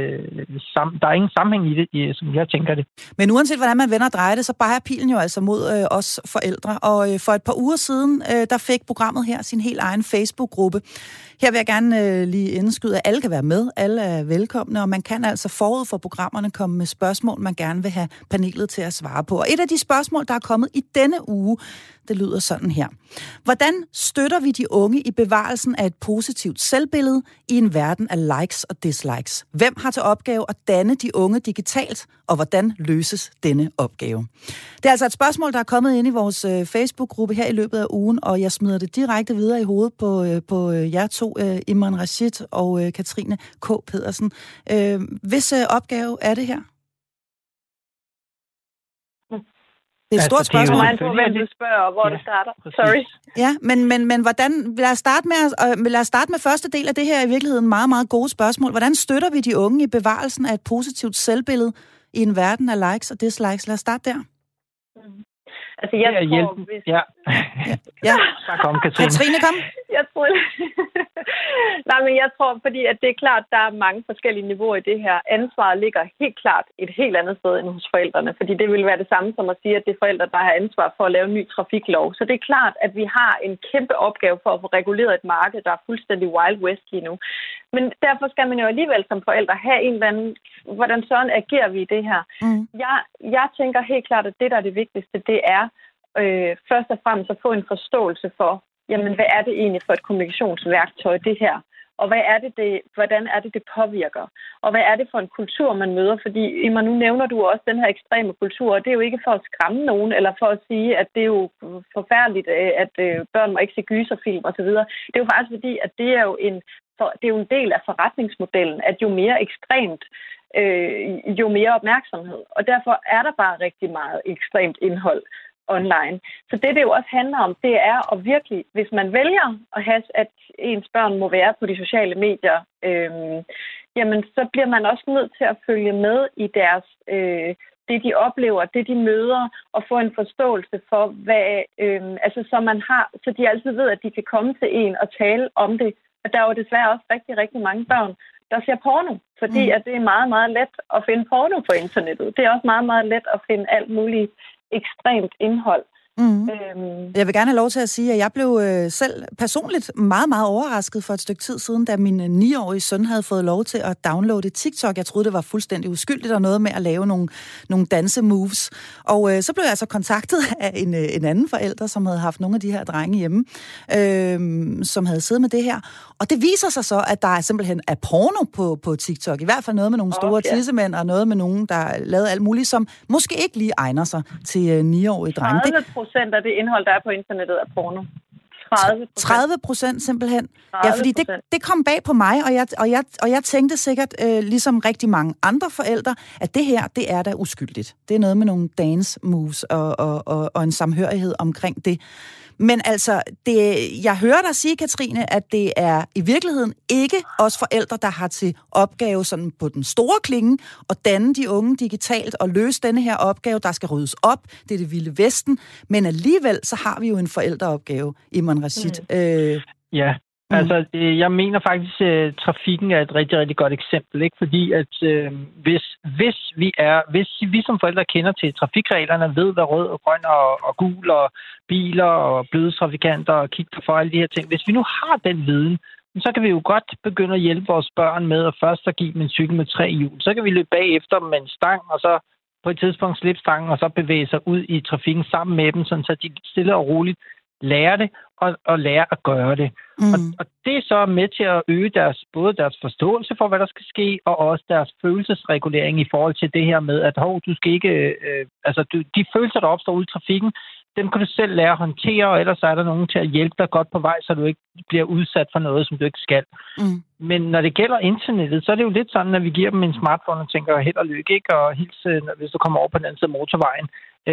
der er ingen sammenhæng i det, som jeg tænker det. Men uanset hvordan man vender og drejer det, så peger pilen jo altså mod os forældre. Og for et par uger siden, der fik programmet her sin helt egen Facebook-gruppe. Her vil jeg gerne lige indskyde, at alle kan være med. Alle er velkomne, og man kan altså forud for programmerne komme med spørgsmål, man gerne vil have panelet til at svare på. Og et af de spørgsmål, der er kommet i denne uge, det lyder sådan her. Hvordan støtter vi de unge i bevarelsen af et positivt selvbillede i en verden af likes og dislikes? Hvem har til opgave at danne de unge digitalt, og hvordan løses denne opgave? Det er altså et spørgsmål, der er kommet ind i vores Facebook-gruppe her i løbet af ugen, og jeg smider det direkte videre i hovedet på jer to, Imran Rashid og Katrine K. Pedersen. Hvis opgave er det her? Det er et stort spørgsmål. Det er jo hvem du spørger, hvor du starter. Sorry. Ja, men hvordan... Lad os starte med første del af det her i virkeligheden meget, meget gode spørgsmål. Hvordan støtter vi de unge i bevarelsen af et positivt selvbillede i en verden af likes og dislikes? Lad os starte der. Altså, jeg tror... Ja. Kom, Katrine, kom. Jeg tror... Nej, men jeg tror, fordi at det er klart, der er mange forskellige niveauer i det her. Ansvaret ligger helt klart et helt andet sted end hos forældrene, fordi det vil være det samme som at sige, at det er forældre, der har ansvar for at lave en ny trafiklov. Så det er klart, at vi har en kæmpe opgave for at få reguleret et marked, der er fuldstændig wild west lige nu. Men derfor skal man jo alligevel som forældre have en eller anden... Hvordan sådan agerer vi i det her? Jeg tænker helt klart, at det, der er det vigtigste, det er først og fremmest at få en forståelse for, jamen, hvad er det egentlig for et kommunikationsværktøj, det her? Og hvordan er det påvirker? Og hvad er det for en kultur, man møder? Fordi, Imma, nu nævner du også den her ekstreme kultur, og det er jo ikke for at skræmme nogen, eller for at sige, at det er jo forfærdeligt, at børn må ikke se gyserfilm osv. Det er jo faktisk fordi, at det er jo en del af forretningsmodellen, at jo mere ekstremt, jo mere opmærksomhed. Og derfor er der bare rigtig meget ekstremt indhold online. Så det jo også handler om, det er at virkelig, hvis man vælger at have, at ens børn må være på de sociale medier, jamen så bliver man også nødt til at følge med i deres, det de oplever, det de møder, og få en forståelse for, hvad, så de altid ved, at de kan komme til en og tale om det. Og der er jo desværre også rigtig, rigtig mange børn, der ser porno, fordi at det er meget, meget let at finde porno på internettet. Det er også meget, meget let at finde alt muligt ekstremt indhold. Jeg vil gerne have lov til at sige, at jeg blev selv personligt meget, meget overrasket for et stykke tid siden, da min 9-årige søn havde fået lov til at downloade TikTok. Jeg troede, det var fuldstændig uskyldigt og noget med at lave nogle dansemoves. Og så blev jeg altså kontaktet af en anden forælder, som havde haft nogle af de her drenge hjemme, som havde siddet med det her. Og det viser sig så, at der simpelthen er porno på TikTok. I hvert fald noget med nogle store tissemænd, og noget med nogen, der lavede alt muligt, som måske ikke lige egner sig til 9-årige drenge. 30% af det indhold, der er på internettet, er porno. 30% simpelthen. 30%. Ja, fordi det kom bag på mig, og jeg tænkte sikkert, ligesom rigtig mange andre forældre, at det her, det er da uskyldigt. Det er noget med nogle dance moves og en samhørighed omkring det. Men altså, jeg hører dig sige, Katrine, at det er i virkeligheden ikke os forældre, der har til opgave sådan på den store klinge at danne de unge digitalt og løse denne her opgave, der skal ryddes op. Det er det vilde vesten. Men alligevel, så har vi jo en forældreopgave, Imran Rashid. Ja. Altså, jeg mener faktisk, at trafikken er et rigtig, rigtig godt eksempel, ikke? Fordi at hvis vi som forældre kender til trafikreglerne, ved hvad rød og grøn og gul og biler og bløde trafikanter og kigge for alle de her ting. Hvis vi nu har den viden, så kan vi jo godt begynde at hjælpe vores børn med at først at give dem en cykel med 3 hjul. Så kan vi løbe bagefter dem med en stang, og så på et tidspunkt slippe stangen, og så bevæge sig ud i trafikken sammen med dem, så de stille og roligt lærer det og lære at gøre det. Og det er så med til at øge både deres forståelse for, hvad der skal ske, og også deres følelsesregulering i forhold til det her med, at du skal ikke... de følelser, der opstår ude i trafikken, dem kan du selv lære at håndtere, og ellers er der nogen til at hjælpe dig godt på vej, så du ikke bliver udsat for noget, som du ikke skal. Men når det gælder internettet, så er det jo lidt sådan, at vi giver dem en smartphone og tænker, held og lykke, ikke? Og hilse, hvis du kommer over på den anden side af motorvejen.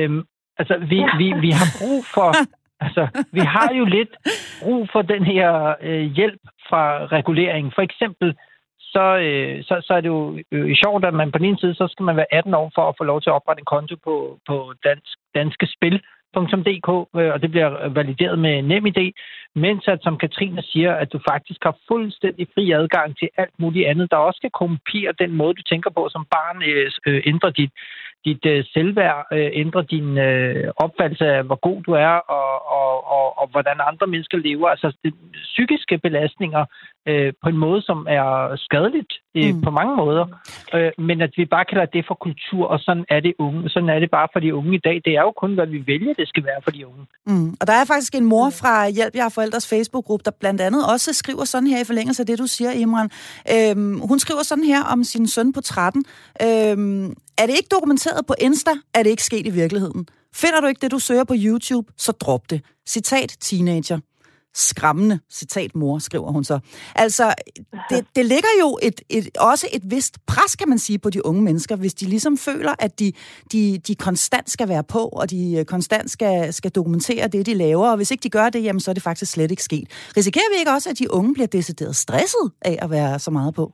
Vi har brug for... Altså, vi har jo lidt brug for den her hjælp fra regulering. For eksempel, så er det jo sjovt, at man på den ene side, så skal man være 18 år for at få lov til at oprette en konto på danske spil.dk, og det bliver valideret med NemID, mens at, som Katrine siger, at du faktisk har fuldstændig fri adgang til alt muligt andet, der også skal korrumpere den måde, du tænker på som barn, ændre dit selvværd, ændre din opfattelse af, hvor god du er, og hvordan andre mennesker lever. Altså psykiske belastninger på en måde, som er skadeligt på mange måder. Men at vi bare kalder det for kultur, og sådan er det unge. Sådan er det bare for de unge i dag. Det er jo kun, hvad vi vælger, det skal være for de unge. Og der er faktisk en mor fra Hjælp jer forældres Facebook-gruppe, der blandt andet også skriver sådan her i forlængelse af det, du siger, Imran. Hun skriver sådan her om sin søn på 13. Er det ikke dokumenteret på Insta, er det ikke sket i virkeligheden. Finder du ikke det, du søger på YouTube, så drop det. Citat teenager. Skræmmende, citat mor, skriver hun så. Altså, det ligger jo også et vist pres, kan man sige, på de unge mennesker, hvis de ligesom føler, at de konstant skal være på, og de konstant skal dokumentere det, de laver, og hvis ikke de gør det, jamen, så er det faktisk slet ikke sket. Risikerer vi ikke også, at de unge bliver decideret stresset af at være så meget på?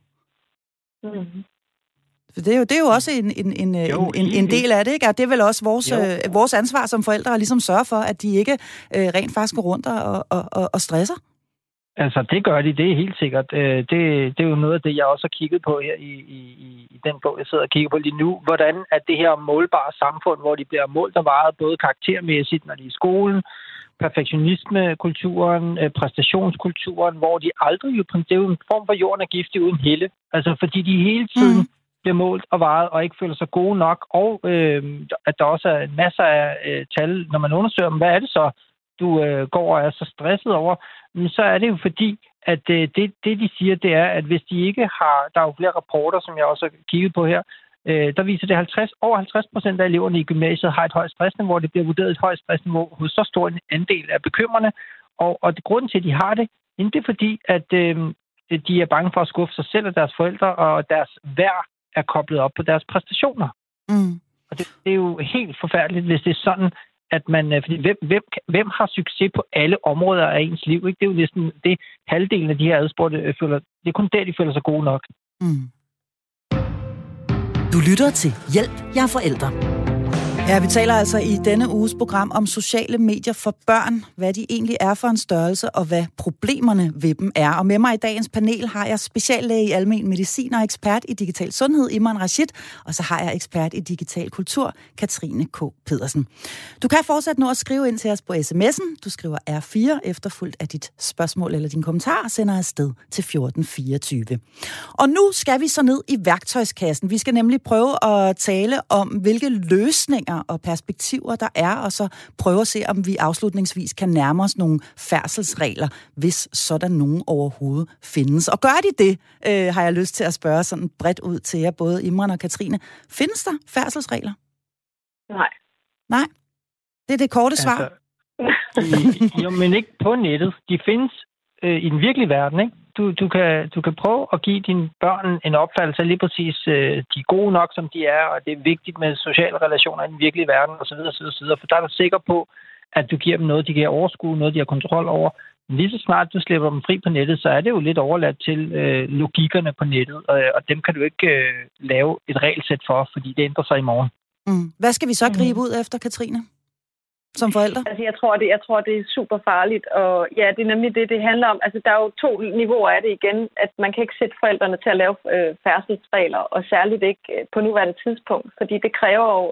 Det er jo også en del af det, ikke? Og det er vel også vores ansvar som forældre at ligesom sørge for, at de ikke rent faktisk går rundt og stresser. Altså, det gør de, det er helt sikkert. Det er jo noget af det, jeg også har kigget på her i den bog, jeg sidder og kigger på lige nu. Hvordan er det her målbare samfund, hvor de bliver målt og varet både karaktermæssigt, når de er i skolen, perfektionisme-kulturen, præstationskulturen, hvor de aldrig det er jo en form for jorden er giftig uden helle. Altså, fordi de hele tiden bliver målt og vejet, og ikke føler sig gode nok, og at der også er masser af tal, når man undersøger dem, hvad er det så, du går og er så stresset over, men så er det jo fordi, at det de siger, det er, at hvis de ikke har, der er jo flere rapporter, som jeg også har kigget på her, der viser det, at over 50% af eleverne i gymnasiet har et højt stressniveau, det bliver vurderet et højt stressniveau hos så stor en andel af bekymrende, og grunden til, at de har det, det er fordi, at de er bange for at skuffe sig selv og deres forældre, og deres værd er koblet op på deres præstationer. Og det er jo helt forfærdeligt, hvis det er sådan, at man... Fordi hvem har succes på alle områder af ens liv? Ikke? Det er jo næsten det halvdelen af de her adspurgte føler. Det er kun der, de føler sig gode nok. Du lytter til Hjælp, jeg er forældre. Ja, vi taler altså i denne uges program om sociale medier for børn, hvad de egentlig er for en størrelse, og hvad problemerne ved dem er. Og med mig i dagens panel har jeg speciallæge i almen medicin og ekspert i digital sundhed, Imran Rashid, og så har jeg ekspert i digital kultur, Katrine K. Pedersen. Du kan fortsat nå at skrive ind til os på sms'en. Du skriver R4 efterfulgt af dit spørgsmål eller din kommentar og sender afsted til 1424. Og nu skal vi så ned i værktøjskassen. Vi skal nemlig prøve at tale om, hvilke løsninger og perspektiver der er, og så prøve at se, om vi afslutningsvis kan nærme os nogle færdselsregler, hvis sådan nogen overhovedet findes. Og gør de det, har jeg lyst til at spørge sådan bredt ud til jer, både Imran og Katrine. Findes der færdselsregler? Nej. Nej? Det er det korte svar. Jo, men ikke på nettet. De findes i den virkelige verden, ikke? Du kan prøve at give dine børn en opfattelse af lige præcis, de er gode nok, som de er, og det er vigtigt med sociale relationer i den virkelige verden, osv., for der er du sikker på, at du giver dem noget, de kan overskue, noget, de har kontrol over. Men lige så snart du slipper dem fri på nettet, så er det jo lidt overladt til logikkerne på nettet, og dem kan du ikke lave et regelsæt for, fordi det ændrer sig i morgen. Hvad skal vi så gribe ud efter, Katrine? Som forældre? Altså, jeg tror, det er super farligt, og ja, det er nemlig det handler om. Altså, der er jo 2 niveauer af det igen, at man kan ikke sætte forældrene til at lave færdselsregler, og særligt ikke på nuværende tidspunkt, fordi det kræver jo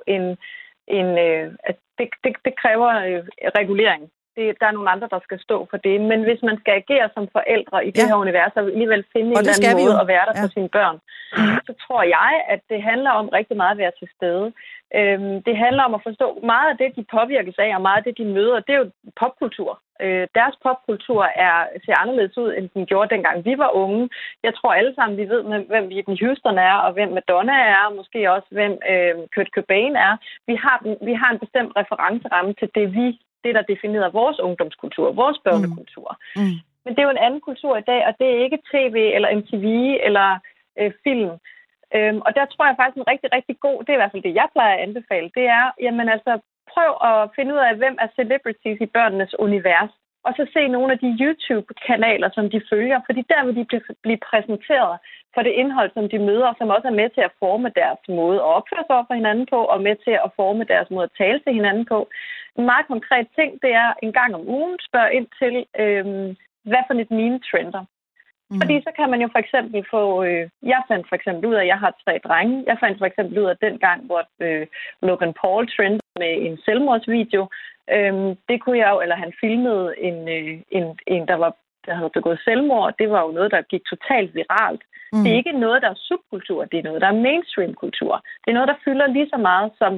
det kræver regulering. Der er nogle andre, der skal stå for det. Men hvis man skal agere som forældre i det her univers, og alligevel finde en eller anden måde at være der for sine børn, så tror jeg, at det handler om rigtig meget at være til stede. Det handler om at forstå meget af det, de påvirkes af, og meget af det, de møder. Det er jo popkultur. Deres popkultur ser anderledes ud, end den gjorde dengang vi var unge. Jeg tror alle sammen, vi ved, hvem Whitney Houston er, og hvem Madonna er, og måske også hvem Kurt Cobain er. Vi har en bestemt referenceramme til det, der definerer vores ungdomskultur, vores børnekultur. Men det er jo en anden kultur i dag, og det er ikke tv eller MTV eller film. Og der tror jeg faktisk en rigtig, rigtig god, det er i hvert fald det, jeg plejer at anbefale, det er, jamen altså, prøv at finde ud af, hvem er celebrities i børnenes univers, og så se nogle af de YouTube-kanaler, som de følger, fordi der vil de blive præsenteret for det indhold, som de møder, som også er med til at forme deres måde at opføre sig over for hinanden på, og med til at forme deres måde at tale til hinanden på. En meget konkret ting, det er en gang om ugen spørge ind til, hvad for et meme trender. Fordi så kan man jo for eksempel få... jeg fandt for eksempel ud af, at jeg har 3 drenge. Jeg fandt for eksempel ud af den gang, hvor Logan Paul trendede med en selvmordsvideo. Det kunne jeg jo... Eller han filmede en der havde begået selvmord. Det var jo noget, der gik totalt viralt. Det er ikke noget, der er subkultur. Det er noget, der er mainstream-kultur. Det er noget, der fylder lige så meget som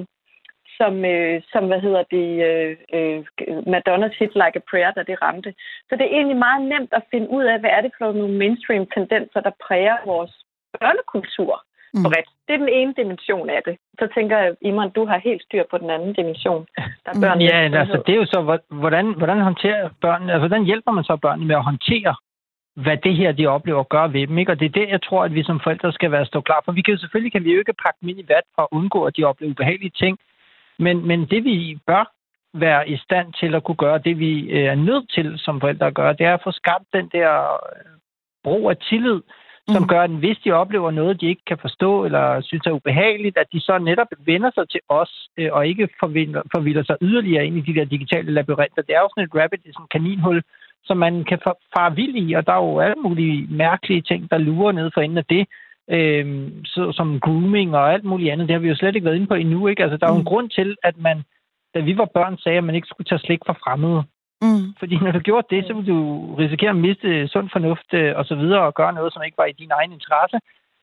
Madonnas hit Like a Prayer, da det ramte. Så det er egentlig meget nemt at finde ud af, hvad er det for nogle mainstream-tendenser, der præger vores børnekultur bredt. Det er den ene dimension af det. Så tænker jeg, Imran, du har helt styr på den anden dimension. Der er børnene. Ja, altså det er jo så, hvordan håndterer børnene, altså hvordan hjælper man så børnene med at håndtere, hvad det her, de oplever, gør ved dem, ikke? Og det er det, jeg tror, at vi som forældre skal stå klar for. Vi kan jo ikke pakke dem ind i vat for at undgå, at de oplever ubehagelige ting. Men det, vi bør være i stand til at kunne gøre, det vi er nødt til som forældre at gøre, det er at få skabt den der bro af tillid, som gør, at hvis de oplever noget, de ikke kan forstå eller synes er ubehageligt, at de så netop vender sig til os og ikke forvilder sig yderligere ind i de der digitale labyrinter. Det er jo sådan et rabbit, sådan et kaninhul, som man kan fare vild i, og der er jo alle mulige mærkelige ting, der lurer ned for enden af det. Som grooming og alt muligt andet. Det har vi jo slet ikke været inde på endnu, ikke? Altså, der er jo en grund til, at man, da vi var børn, sagde, at man ikke skulle tage slik fra fremmede. Fordi når du gjorde det, så ville du risikere at miste sund fornuft og så videre, og gøre noget, som ikke var i din egen interesse.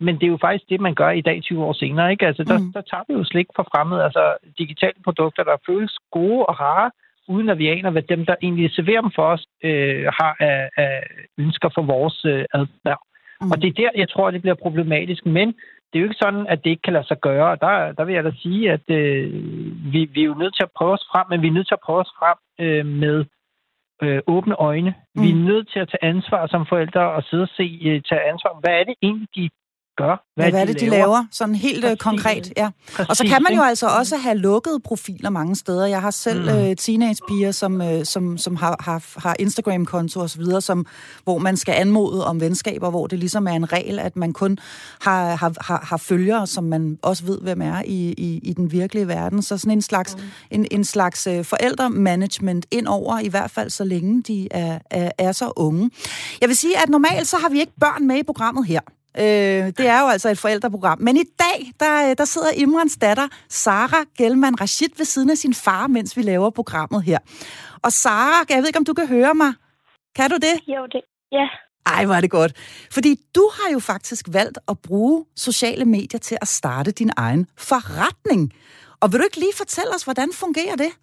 Men det er jo faktisk det, man gør i dag 20 år senere, ikke? Altså, der tager vi jo slik for fremmede, altså digitale produkter, der føles gode og rare, uden at vi aner, hvad dem, der egentlig serverer dem for os, har af ønsker for vores adfærd. Og det er der, jeg tror, det bliver problematisk. Men det er jo ikke sådan, at det ikke kan lade sig gøre. Og der vil jeg da sige, at vi er jo nødt til at prøve os frem, men vi er nødt til at prøve os frem med åbne øjne. Vi er nødt til at tage ansvar som forældre og sidde og tage ansvar. Hvad er det egentlig, de gør? Hvad er det, de laver? Sådan helt konkret, ja. Præcis, og så kan man jo altså også have lukkede profiler mange steder. Jeg har selv teenagepiger, som har Instagram-konto og så videre, hvor man skal anmode om venskaber, hvor det ligesom er en regel, at man kun har følgere, som man også ved, hvem er i den virkelige verden. Så sådan en slags forældremanagement indover, i hvert fald så længe de er så unge. Jeg vil sige, at normalt så har vi ikke børn med i programmet her. Det er jo altså et forældreprogram. Men i dag, der sidder Imrans datter, Sara Gelman Rashid, ved siden af sin far, mens vi laver programmet her. Og Sara, jeg ved ikke, om du kan høre mig. Kan du det? Jo, det. Ja. Ej, hvor er det godt. Fordi du har jo faktisk valgt at bruge sociale medier til at starte din egen forretning. Og vil du ikke lige fortælle os, hvordan fungerer det?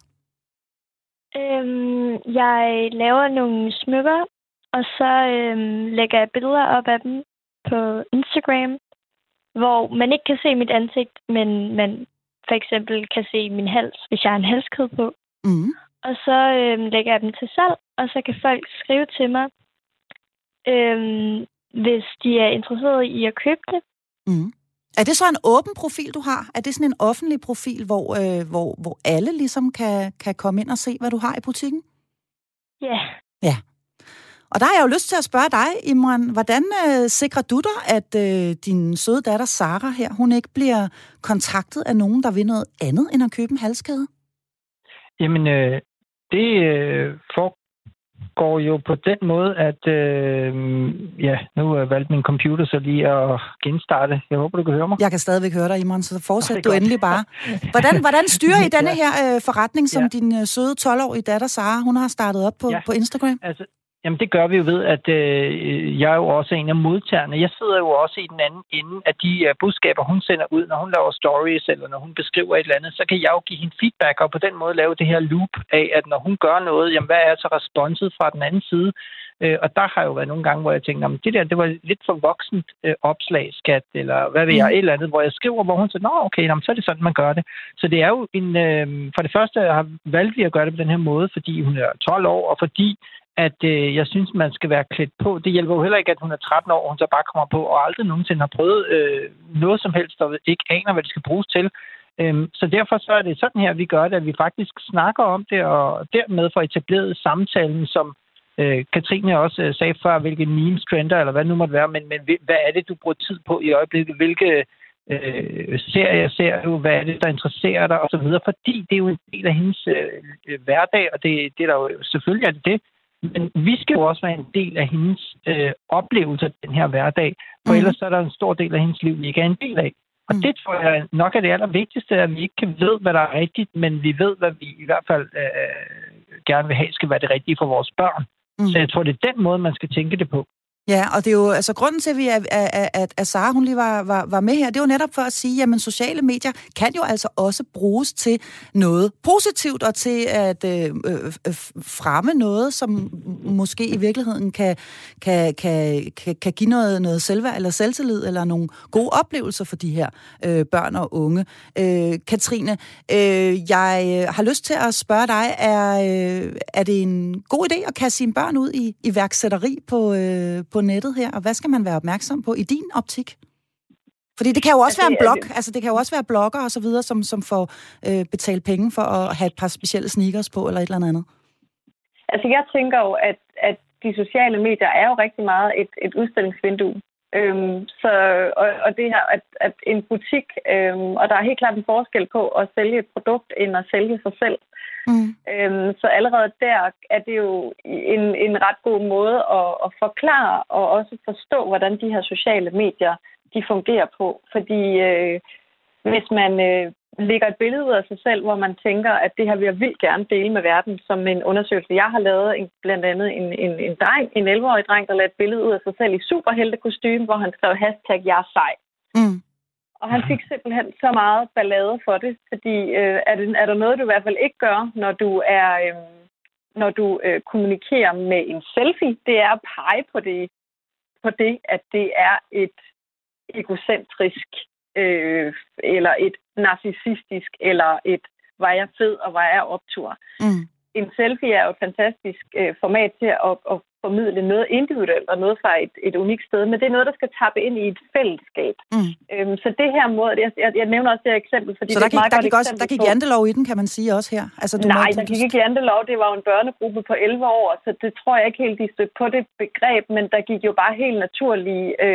Jeg laver nogle smykker, og så lægger jeg billeder op af dem på Instagram, hvor man ikke kan se mit ansigt, men man for eksempel kan se min hals, hvis jeg har en halskæde på. Og så lægger jeg dem til salg, og så kan folk skrive til mig, hvis de er interesserede i at købe det. Er det så en åben profil, du har? Er det sådan en offentlig profil, hvor alle ligesom kan komme ind og se, hvad du har i butikken? Ja. Ja. Og der har jeg jo lyst til at spørge dig, Imran, hvordan sikrer du dig, at din søde datter Sara her, hun ikke bliver kontaktet af nogen, der vil noget andet end at købe en halskæde? Jamen, det foregår jo på den måde, at nu valgte min computer så lige at genstarte. Jeg håber, du kan høre mig. Jeg kan stadigvæk høre dig, Imran, så fortsæt du endelig bare. Hvordan styrer I denne her forretning, som din søde 12-årige datter Sara, hun har startet op på Instagram? Altså, jamen, det gør vi jo ved, at jeg er jo også en af modtagerne. Jeg sidder jo også i den anden ende af de budskaber, hun sender ud, når hun laver stories, eller når hun beskriver et eller andet, så kan jeg jo give hende feedback, og på den måde lave det her loop af, at når hun gør noget, jamen, hvad er så responset fra den anden side? Og der har jo været nogle gange, hvor jeg tænkte, det var lidt for voksent opslagsskat, eller hvad ved jeg, et eller andet, hvor jeg skriver, hvor hun siger, okay, så er det sådan, man gør det. Så det er jo for det første har valgt vi at gøre det på den her måde, fordi hun er 12 år, og fordi at jeg synes, man skal være klædt på. Det hjælper jo heller ikke, at hun er 13 år, og hun så bare kommer på, og aldrig nogensinde har prøvet noget som helst, og ikke aner, hvad det skal bruges til. Så derfor så er det sådan her, vi gør det, at vi faktisk snakker om det, og dermed får etableret samtalen, som Katrine også sagde før, hvilke memes trender, eller hvad det nu måtte være, men hvad er det, du bruger tid på i øjeblikket? Hvilke serier ser du? Hvad er det, der interesserer dig? Og så videre. Fordi det er jo en del af hendes hverdag, og det er der jo selvfølgelig er det. Men vi skal jo også være en del af hendes oplevelse af den her hverdag, for ellers så er der en stor del af hendes liv, vi ikke er en del af. Og det tror jeg nok er det allervigtigste, at vi ikke kan vide, hvad der er rigtigt, men vi ved, hvad vi i hvert fald gerne vil have, skal være det rigtige for vores børn. Så jeg tror, det er den måde, man skal tænke det på. Ja, og det er jo, altså grunden til, at Sara, hun lige var med her, det er jo netop for at sige, jamen sociale medier kan jo altså også bruges til noget positivt, og til at fremme noget, som måske i virkeligheden kan give noget selvværd eller selvtillid, eller nogle gode oplevelser for de her børn og unge. Katrine, jeg har lyst til at spørge dig, er det en god idé at kaste sine børn ud i iværksætteri på nettet her, og hvad skal man være opmærksom på i din optik? Fordi det kan jo også være en blog, altså det kan jo også være blogger og så videre, som får betalt penge for at have et par specielle sneakers på, eller et eller andet. Altså jeg tænker jo, at de sociale medier er jo rigtig meget et udstillingsvindue. Og det her, at en butik, og der er helt klart en forskel på at sælge et produkt, end at sælge sig selv. Så allerede der er det jo en ret god måde at forklare og også forstå, hvordan de her sociale medier de fungerer på. Fordi hvis man lægger et billede ud af sig selv, hvor man tænker, at det her vil jeg vildt gerne dele med verden, som en undersøgelse, jeg har lavet, blandt andet en 11-årig dreng, der lavede et billede ud af sig selv i superheltekostyme, hvor han skrev #jeg er sej. Og han fik simpelthen så meget ballade for det, fordi er der noget, du i hvert fald ikke gør, når du kommunikerer med en selfie, det er at pege på det, at det er et egocentrisk, eller et narcissistisk, eller et, hvor er jeg fed, og hvor er jeg optur. En selfie er jo et fantastisk format til at formidle noget individuelt og noget fra et unikt sted, men det er noget, der skal tappe ind i et fællesskab. Så det her måde, jeg nævner også det her eksempel, fordi så det er et meget godt eksempel. Der gik jantelov i den, kan man sige også her? Altså, Nej, der gik ikke jantelov. Det var jo en børnegruppe på 11 år, så det tror jeg ikke helt, de stødte på det begreb, men der gik jo bare helt naturlig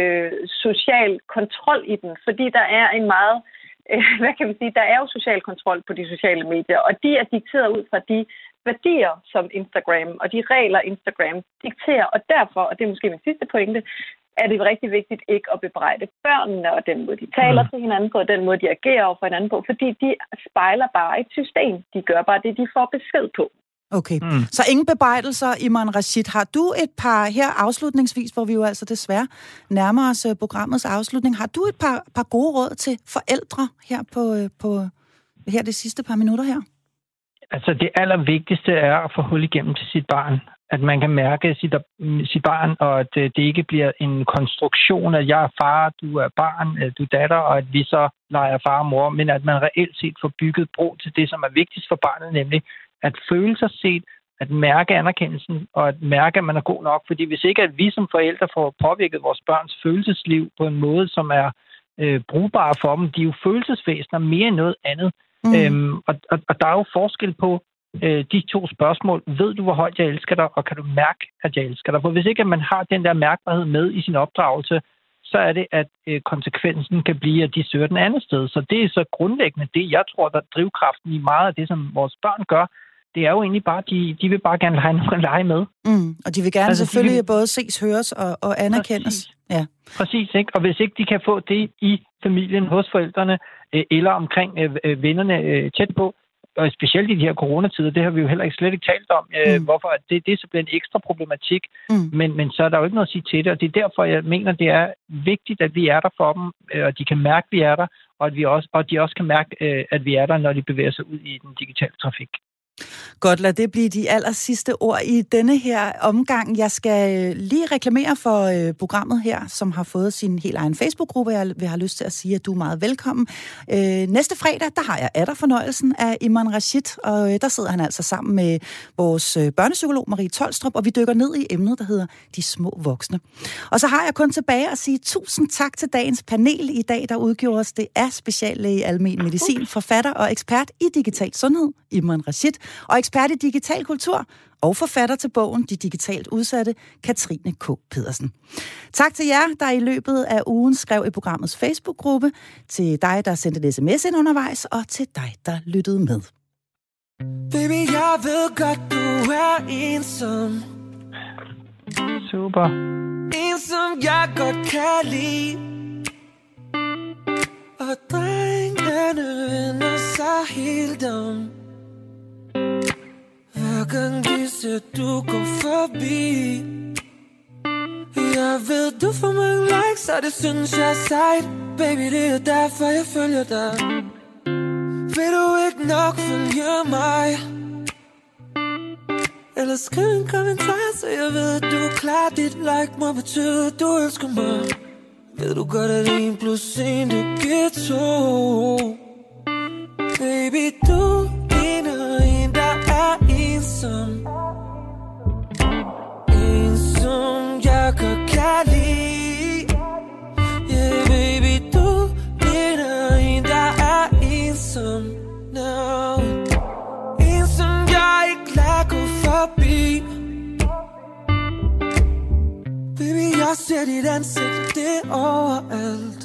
social kontrol i den, fordi der er en meget, hvad kan man sige, der er jo social kontrol på de sociale medier, og de er dikteret ud fra de værdier, som Instagram og de regler, Instagram dikterer. Og derfor, og det er måske min sidste pointe, er det rigtig vigtigt ikke at bebrejde børnene og den måde, de taler til hinanden på, og den måde, de agerer over for hinanden på, fordi de spejler bare et system. De gør bare det, de får besked på. Okay, så ingen bebrejdelser, Iman Rashid. Har du et par her afslutningsvis, hvor vi jo altså desværre nærmer os programmets afslutning, har du et par gode råd til forældre her på her de sidste par minutter her? Altså det allervigtigste er at få hul igennem til sit barn. At man kan mærke sit barn, og at det ikke bliver en konstruktion, at jeg er far, du er barn, du er datter, og at vi så leger far og mor, men at man reelt set får bygget bro til det, som er vigtigst for barnet, nemlig at føle sig set, at mærke anerkendelsen, og at mærke, at man er god nok. Fordi hvis ikke, at vi som forældre får påvirket vores børns følelsesliv på en måde, som er brugbare for dem, de er jo følelsesvæsener mere end noget andet. Og der er jo forskel på de to spørgsmål. Ved du, hvor højt jeg elsker dig, og kan du mærke, at jeg elsker dig? For hvis ikke, at man har den der mærkbarhed med i sin opdragelse, så er det, at konsekvensen kan blive, at de søger den andet sted. Så det er så grundlæggende det, jeg tror, der er drivkraften i meget af det, som vores børn gør. Det er jo egentlig bare, de vil bare gerne lege med. Og de vil gerne selvfølgelig både ses, høres og anerkendes. Ja. Præcis, ikke? Og hvis ikke de kan få det i familien, hos forældrene, eller omkring vennerne tæt på, og specielt i de her coronatider, det har vi jo heller ikke slet ikke talt om, hvorfor det er så blevet en ekstra problematik, men så er der jo ikke noget at sige til det, og det er derfor, jeg mener, det er vigtigt, at vi er der for dem, og de kan mærke, at vi er der, og de også kan mærke, at vi er der, når de bevæger sig ud i den digitale trafik. Godt, lad det blive de aller sidste ord i denne her omgang. Jeg skal lige reklamere for programmet her, som har fået sin helt egen Facebook-gruppe. Jeg vil have lyst til at sige, at du er meget velkommen. Næste fredag, der har jeg fornøjelsen af Iman Rashid, og der sidder han altså sammen med vores børnepsykolog Marie Tolstrup, og vi dykker ned i emnet, der hedder De små voksne. Og så har jeg kun tilbage at sige tusind tak til dagens panel i dag, der udgjorde os. Det er speciallæge i almen medicin, forfatter og ekspert i digital sundhed, Iman Rashid, og ekspert i digital kultur og forfatter til bogen De digitalt udsatte, Katrine K. Pedersen. Tak til jer, der i løbet af ugen skrev i programmets Facebook-gruppe, til dig, der sendte et sms ind undervejs, og til dig, der lyttede med. Baby, jeg ved godt, du er ensom. Super. En, som jeg godt kan lide. Og drengene vender sig helt om. Hver gang de ser, du går forbi. Jeg ved, du får mange likes, og det synes jeg er sejt. Baby, det er derfor, jeg følger dig. Vil du ikke nok følge mig? Eller skriv en kommentar, så jeg ved, du er klar. Dit like må betyde, at du elsker mig. Ved du godt, at 1 + 1, det giver 2. Baby, du ligner en, der er ensom. En, som jeg godt kan lide. Yeah, baby, du ligner en, der er ensom. No. En, som jeg ikke lader gå forbi. Baby, jeg ser dit ansigt, det er overalt.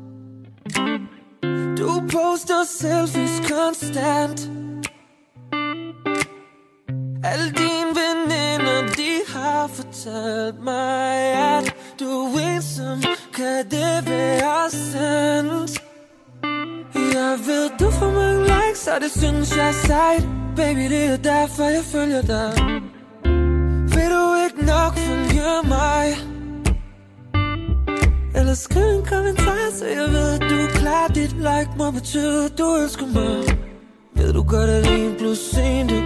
Du poster selfies konstant. Alle dine veninder, de har fortalt mig, at du er ensom. Kan det være sandt? Jeg ved, du får mange likes, og det synes jeg er sejt. Baby, det er derfor, jeg følger dig. Vil du ikke nok følge mig? Eller eller skriv en kommentar, så jeg ved, at du er klar. Dit like må betyde, at du elsker mig. Ved du godt, at 1 + 1 det